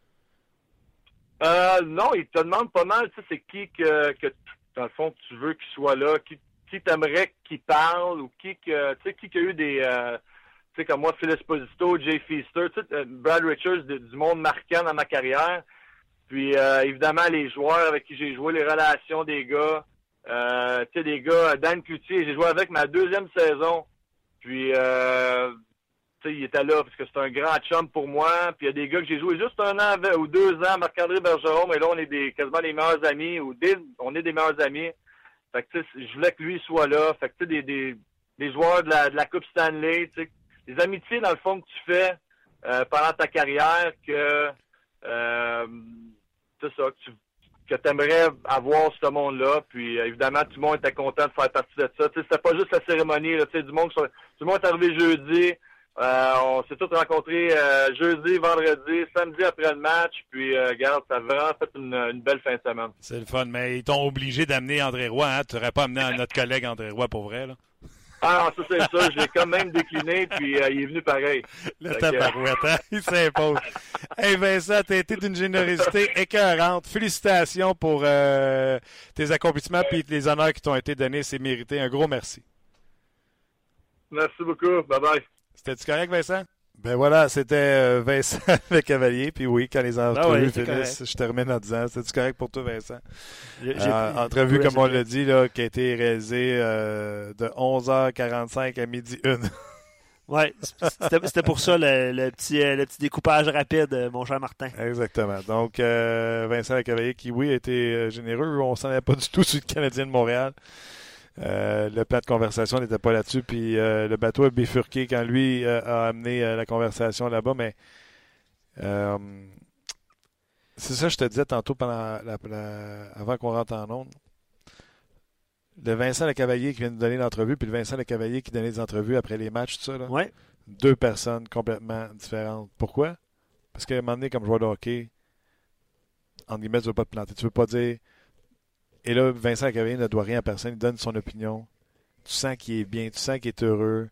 Euh, non, ils te demandent pas mal, tu sais, c'est qui que, que, dans le fond, que tu veux qu'il soit là, qui, qui t'aimerait qu'il parle ou qui que, tu sais, qui a eu des, euh, tu sais, comme moi, Phil Esposito, Jay Feaster, tu sais, Brad Richards, de, du monde marquant dans ma carrière. Puis, euh, évidemment, les joueurs avec qui j'ai joué, les relations des gars. Euh, tu sais, des gars, Dan Cloutier, j'ai joué avec ma deuxième saison. Puis, euh, tu sais, il était là parce que c'est un grand chum pour moi. Puis, il y a des gars que j'ai joué juste un an avec, ou deux ans, Marc-André Bergeron, mais là, on est des, quasiment les meilleurs amis, ou des, on est des meilleurs amis. Fait que, tu sais, je voulais que lui soit là. Fait que, tu sais, des, des, des joueurs de la, de la Coupe Stanley, tu sais, des amitiés, dans le fond, que tu fais euh, pendant ta carrière que, euh, c'est ça, que tu que tu aimerais avoir ce monde-là. Puis, euh, évidemment, tout le monde était content de faire partie de ça. Tu sais, c'était pas juste la cérémonie. Là, tu sais, du monde, tout le monde est arrivé jeudi. Euh, on s'est tous rencontrés euh, jeudi, vendredi, samedi après le match. Puis, euh, regarde, ça a vraiment fait une, une belle fin de semaine. C'est le fun. Mais ils t'ont obligé d'amener André Roy. Hein? Tu n'aurais pas amené notre collègue André Roy pour vrai, là? Ah, ça, c'est ça. Je l'ai quand même décliné, puis euh, il est venu pareil. Le tabarouette, hein? Il s'impose. Hey Vincent, t'as été d'une générosité écœurante. Félicitations pour euh, tes accomplissements et les honneurs qui t'ont été donnés. C'est mérité. Un gros merci. Merci beaucoup. Bye-bye. C'était-tu correct, Vincent? Ben voilà, c'était euh, Vincent Le Cavalier. Puis oui, quand les entrevues ah ouais, finissent, correct. Je termine en disant, c'était-tu correct pour toi, Vincent? J'ai, j'ai euh, entrevue, comme on l'a dit, là, qui a été réalisée euh, de onze heures quarante-cinq à midi une. Oui, c'était, c'était pour ça le, le, petit, le petit découpage rapide, mon cher Martin. Exactement. Donc, euh, Vincent Le Cavalier, qui, oui, a été généreux. On ne s'en allait pas du tout sur le Canadien de Montréal. Euh, le plan de conversation n'était pas là-dessus, puis euh, le bateau a bifurqué quand lui euh, a amené euh, la conversation là-bas, mais euh, c'est ça que je te disais tantôt pendant la, la, avant qu'on rentre en ondes. Le Vincent Le Cavalier qui vient de donner l'entrevue, puis le Vincent Le Cavalier qui donnait des entrevues après les matchs, tout ça, là, ouais. Deux personnes complètement différentes. Pourquoi? Parce qu'à un moment donné, comme joueur de hockey, en guillemets, tu ne veux pas te planter. Tu ne veux pas dire... Et là, Vincent Le Cavalier ne doit rien à personne. Il donne son opinion. Tu sens qu'il est bien. Tu sens qu'il est heureux.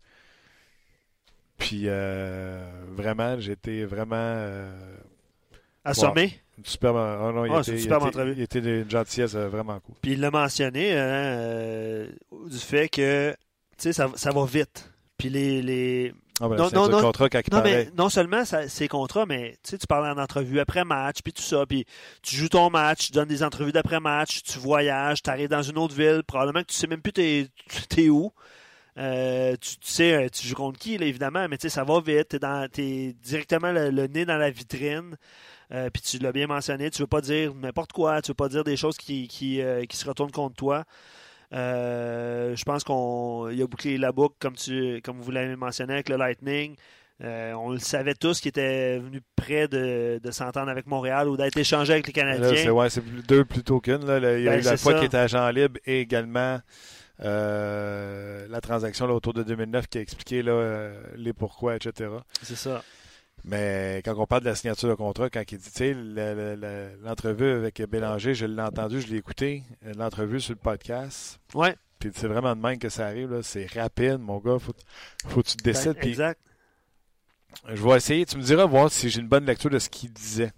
Puis, euh, vraiment, j'étais vraiment... Euh, Assommé? Wow. Une superbe, oh non, il, oh, était, une superbe il, entrevue. était, il était d'une gentillesse vraiment cool. Puis, il l'a mentionné, hein, euh, du fait que, tu sais, ça, ça va vite. Puis, les... les... Ah ben, non, c'est non, un non, contrat quand il non, parlait. mais non seulement ça, c'est contrat, mais tu sais, tu parles en entrevue après match, puis tout ça, puis tu joues ton match, tu donnes des entrevues d'après match, tu voyages, tu arrives dans une autre ville, probablement que tu sais même plus t'es, t'es où. Euh, tu, tu sais, tu joues contre qui, là, évidemment, mais tu sais, ça va vite, t'es, dans, t'es directement le, le nez dans la vitrine, euh, puis tu l'as bien mentionné, tu veux pas dire n'importe quoi, tu veux pas dire des choses qui, qui, euh, qui se retournent contre toi. Euh, je pense qu'il a bouclé la boucle, comme, tu, comme vous l'avez mentionné, avec le Lightning. Euh, on le savait tous qu'il était venu près de, de s'entendre avec Montréal ou d'être échangé avec les Canadiens. Là, c'est, ouais, c'est deux plutôt qu'une. Là. Il y a ben, eu la fois ça. qu'il était agent libre et également euh, la transaction là, autour de deux mille neuf qui a expliqué là, euh, les pourquoi, et cetera. C'est ça. Mais quand on parle de la signature de contrat, quand il dit, tu sais, le, le, le, l'entrevue avec Bélanger, je l'ai entendu, je l'ai écouté, l'entrevue sur le podcast. Ouais. Puis c'est vraiment de même que ça arrive, là. C'est rapide, mon gars. Faut, faut que tu te décides. Ben, exact. Puis je vais essayer. Tu me diras voir si j'ai une bonne lecture de ce qu'il disait.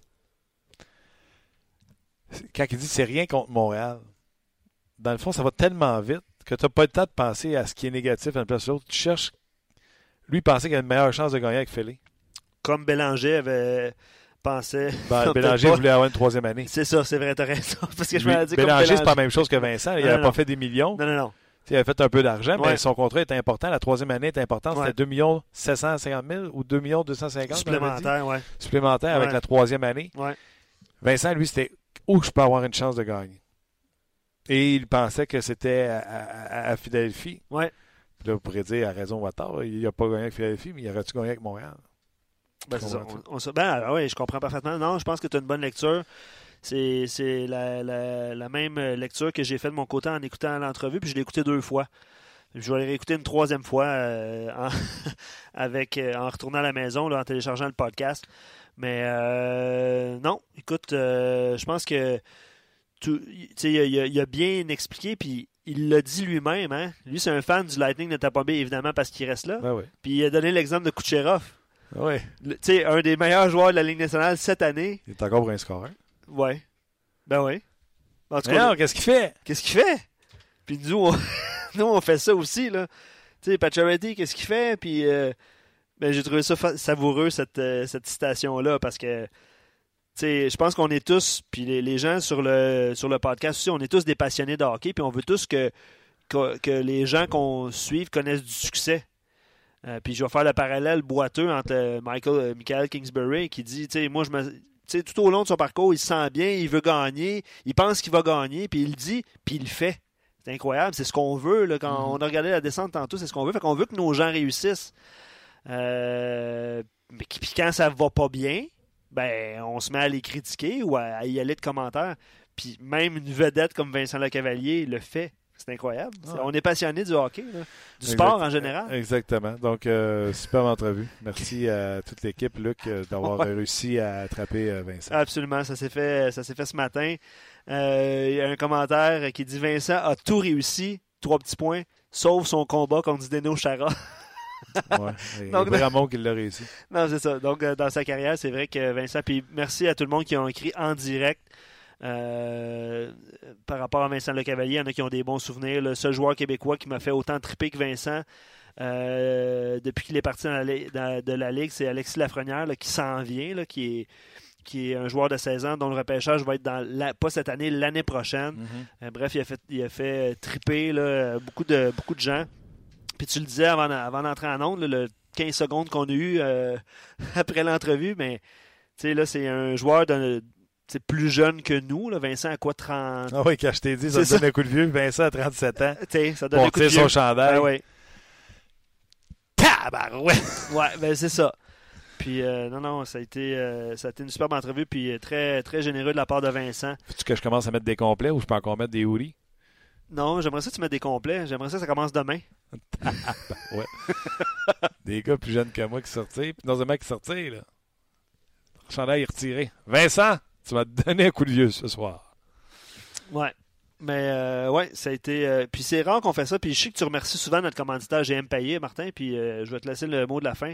Quand il dit c'est rien contre Montréal, dans le fond, ça va tellement vite que tu n'as pas le temps de penser à ce qui est négatif à une place ou l'autre. Tu cherches. Lui, il pensait qu'il avait une meilleure chance de gagner avec Philly. Comme Bélanger avait pensé. Ben, Bélanger voulait avoir une troisième année. C'est ça, c'est vrai, t'as raison. Parce que je Lui, m'avais dit Bélanger, comme Bélanger, c'est pas la même chose que Vincent. Il n'avait pas fait des millions. Non, non, non. Il avait fait un peu d'argent, ouais. mais son contrat était important. La troisième année était importante. Ouais. C'était deux millions sept cent cinquante mille ou deux millions deux cent cinquante. Supplémentaire, oui. Supplémentaire ouais. avec la troisième année. Ouais. Vincent, lui, c'était où je peux avoir une chance de gagner. Et il pensait que c'était à, à, à Philadelphie. Ouais. Puis là, vous pourrez dire, à raison ou à tort, il n'a pas gagné avec Philadelphie, mais il aurait-tu gagné avec Montréal? Ben, c'est ça. On, on, ben, alors, oui, je comprends parfaitement. Non, je pense que tu as une bonne lecture. C'est, c'est la, la, la même lecture que j'ai faite de mon côté en écoutant l'entrevue, puis je l'ai écouté deux fois. Je vais la réécouter une troisième fois euh, en, avec, euh, en retournant à la maison, là, en téléchargeant le podcast. Mais euh, non, écoute, euh, je pense que il, il, a, il a bien expliqué, puis il l'a dit lui-même. Hein? Lui, c'est un fan du Lightning de Tampa Bay, évidemment, parce qu'il reste là. Ben oui. Puis il a donné l'exemple de Kucherov. Oui. Tu sais, un des meilleurs joueurs de la Ligue nationale cette année. Il est encore pour un scoreur. Oui. Ben oui. En tout Mais cas, non, qu'est-ce qu'il fait? Qu'est-ce qu'il fait? Puis nous, on, nous, on fait ça aussi, là. Tu sais, Pacioretty, qu'est-ce qu'il fait? Puis, euh, ben, j'ai trouvé ça fa- savoureux, cette, euh, cette citation-là, parce que, tu sais, je pense qu'on est tous, puis les, les gens sur le, sur le podcast aussi, on est tous des passionnés de hockey, puis on veut tous que, que, que les gens qu'on suive connaissent du succès. Euh, puis je vais faire le parallèle boiteux entre euh, Michael, euh, Michael Kingsbury qui dit, tu sais, moi, je me... Tu sais, tout au long de son parcours, il se sent bien, il veut gagner, il pense qu'il va gagner, puis il le dit, puis il le fait. C'est incroyable, c'est ce qu'on veut. Là, quand mm-hmm. on a regardé la descente tantôt, c'est ce qu'on veut. Fait qu'on veut que nos gens réussissent. Euh, mais puis quand ça va pas bien, ben on se met à les critiquer ou à, à y aller de commentaires. Puis même une vedette comme Vincent Lecavalier le fait. C'est incroyable. Ouais. C'est, on est passionné du hockey, là. Du exact, sport en général. Exactement. Donc, euh, super entrevue. Merci à toute l'équipe, Luc, d'avoir ouais. réussi à attraper Vincent. Absolument. Ça s'est fait, ça s'est fait ce matin. Euh, il y a un commentaire qui dit « Vincent a tout réussi, trois petits points, sauf son combat contre Zdeno Chara. » Ouais, donc vraiment qu'il l'a réussi. Non, c'est ça. Donc, dans sa carrière, c'est vrai que Vincent... Puis merci à tout le monde qui a écrit en direct. Euh, par rapport à Vincent Lecavalier, il y en a qui ont des bons souvenirs. Le seul joueur québécois qui m'a fait autant triper que Vincent euh, depuis qu'il est parti dans la, dans, de la Ligue, c'est Alexis Lafrenière là, qui s'en vient, là, qui est qui est un joueur de seize ans dont le repêchage va être dans la, pas cette année, l'année prochaine. Mm-hmm. Euh, bref, il a fait, il a fait triper là, beaucoup, de, beaucoup de gens. Puis tu le disais avant, avant d'entrer en onde, là, le quinze secondes qu'on a eu euh, après l'entrevue, mais là, c'est un joueur de c'est plus jeune que nous. Là. Vincent a quoi, trente... Ah oui, quand je t'ai dit, ça c'est donne ça. Un coup de vieux. Vincent a trente-sept ans. T'sais, ça donne on un coup de vieux. son chandail. Ah, ouais. Tabarouette! Ouais, ben c'est ça. Puis, euh, non, non, ça a, été, euh, ça a été une superbe entrevue, puis très, très généreux de la part de Vincent. Veux-tu que je commence à mettre des complets ou je peux encore mettre des hoodies? Non, j'aimerais ça que tu mettes des complets. J'aimerais ça que ça commence demain. ben, ouais. Des gars plus jeunes que moi qui sortaient, puis dans un mec qui sortait, là. Le chandail est retiré. Vincent! Tu vas te donner un coup de vieux ce soir. Ouais. Mais, euh, ouais, ça a été... Euh, puis c'est rare qu'on fait ça. Puis je sais que tu remercies souvent notre commanditaire G M Payet, Martin. Puis euh, je vais te laisser le mot de la fin.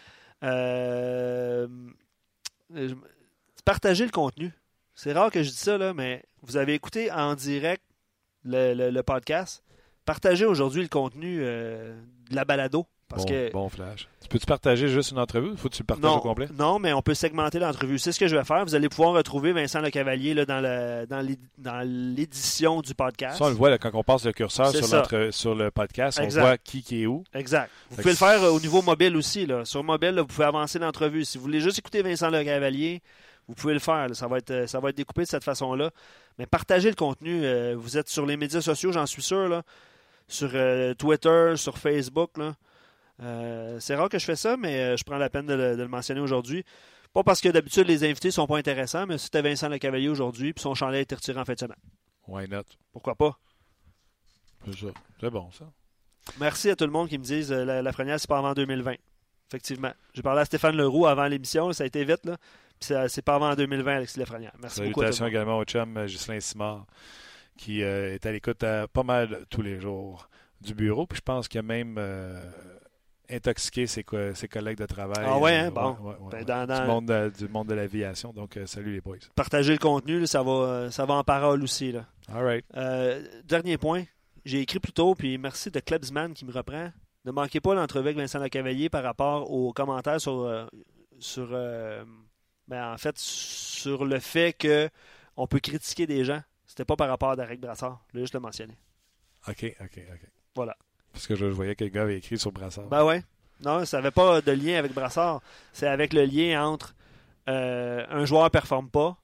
Euh, partagez le contenu. C'est rare que je dise ça, là, mais vous avez écouté en direct le, le, le podcast. Partagez aujourd'hui le contenu euh, de la balado. Parce bon, que... bon flash. Tu peux-tu partager juste une entrevue ou faut que tu le partages non, au complet? Non, mais on peut segmenter l'entrevue. C'est ce que je vais faire. Vous allez pouvoir retrouver Vincent Lecavalier là, dans, le, dans, dans l'édition du podcast. Ça, on le voit là, quand on passe le curseur sur, sur le podcast. Exact. On voit qui, qui est où. Exact. Vous fait pouvez que... le faire au niveau mobile aussi. Là. Sur mobile, là, vous pouvez avancer l'entrevue. Si vous voulez juste écouter Vincent Lecavalier, Vous pouvez le faire. Là. Ça va être, ça va être découpé de cette façon-là. Mais partagez le contenu. Euh, vous êtes sur les médias sociaux, j'en suis sûr. Là. Sur euh, Twitter, sur Facebook. Là. Euh, c'est rare que je fais ça, mais euh, je prends la peine de le, de le mentionner aujourd'hui. Pas parce que d'habitude, les invités ne sont pas intéressants, mais c'était Vincent Lecavalier aujourd'hui, puis son chandail a été retiré en fin de semaine. Why not? Pourquoi pas? C'est ça. C'est bon, ça. Merci à tout le monde qui me disent euh, la, la première, c'est pas avant deux mille vingt. Effectivement. J'ai parlé à Stéphane Leroux avant l'émission, ça a été vite, là. Puis c'est, c'est pas avant deux mille vingt, Alexis Lafrenière. Merci beaucoup. Salutations également au chum Ghislain Simard, qui euh, est à l'écoute à pas mal tous les jours du bureau. Puis je pense qu'il a même euh, intoxiqué ses, co- ses collègues de travail. Ah ouais, hein? Euh, Bon. ouais, ouais, ouais, Ben, ouais. dans, dans... Du, monde de, du monde de l'aviation. Donc, euh, salut les boys. Partagez le contenu, là, ça, va, ça va en parole aussi. Là. All right. Euh, dernier point. J'ai écrit plus tôt, puis merci de Klebsman qui me reprend. Ne manquez pas l'entrevue avec Vincent Lecavalier par rapport aux commentaires sur, euh, sur euh, ben, en fait, sur le fait qu'on peut critiquer des gens. C'était pas par rapport à Derek Brassard. Je vais juste le mentionner. OK, OK, OK. Voilà. Parce que je, je voyais que le gars avait écrit sur Brassard. Ben ouais. Non, ça n'avait pas de lien avec Brassard. C'est avec le lien entre euh, un joueur ne performe pas,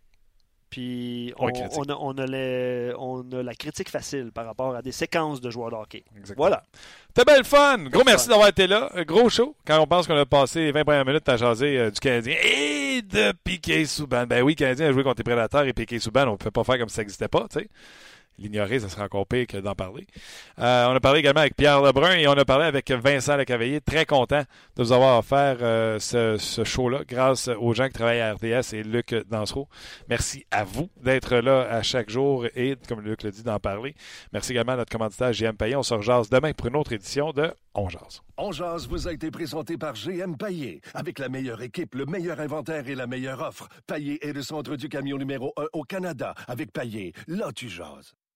puis on, on, on, a, on, a les, on a la critique facile par rapport à des séquences de joueurs de hockey. Exactement. Voilà. C'était belle fun. Gros Belle merci fun. d'avoir été là. Gros show. Quand on pense qu'on a passé les vingt premières minutes à jaser euh, du Canadien et de Piquet Souban. Ben oui, le Canadien a joué contre les Prédateurs et Piquet Souban. On ne peut pas faire comme si ça n'existait pas, tu sais. L'ignorer, ça serait encore pire que d'en parler. Euh, on a parlé également avec Pierre Lebrun et on a parlé avec Vincent Lecavalier. Très content de vous avoir offert euh, ce, ce show-là grâce aux gens qui travaillent à R D S et Luc Dansereau. Merci à vous d'être là à chaque jour et, comme Luc le dit, d'en parler. Merci également à notre commanditaire J M Payet. On se rejase demain pour une autre édition de On Jase. On Jase vous a été présenté par G M Payet. Avec la meilleure équipe, le meilleur inventaire et la meilleure offre. Payet est le centre du camion numéro un au Canada. Avec Payet, là tu jases.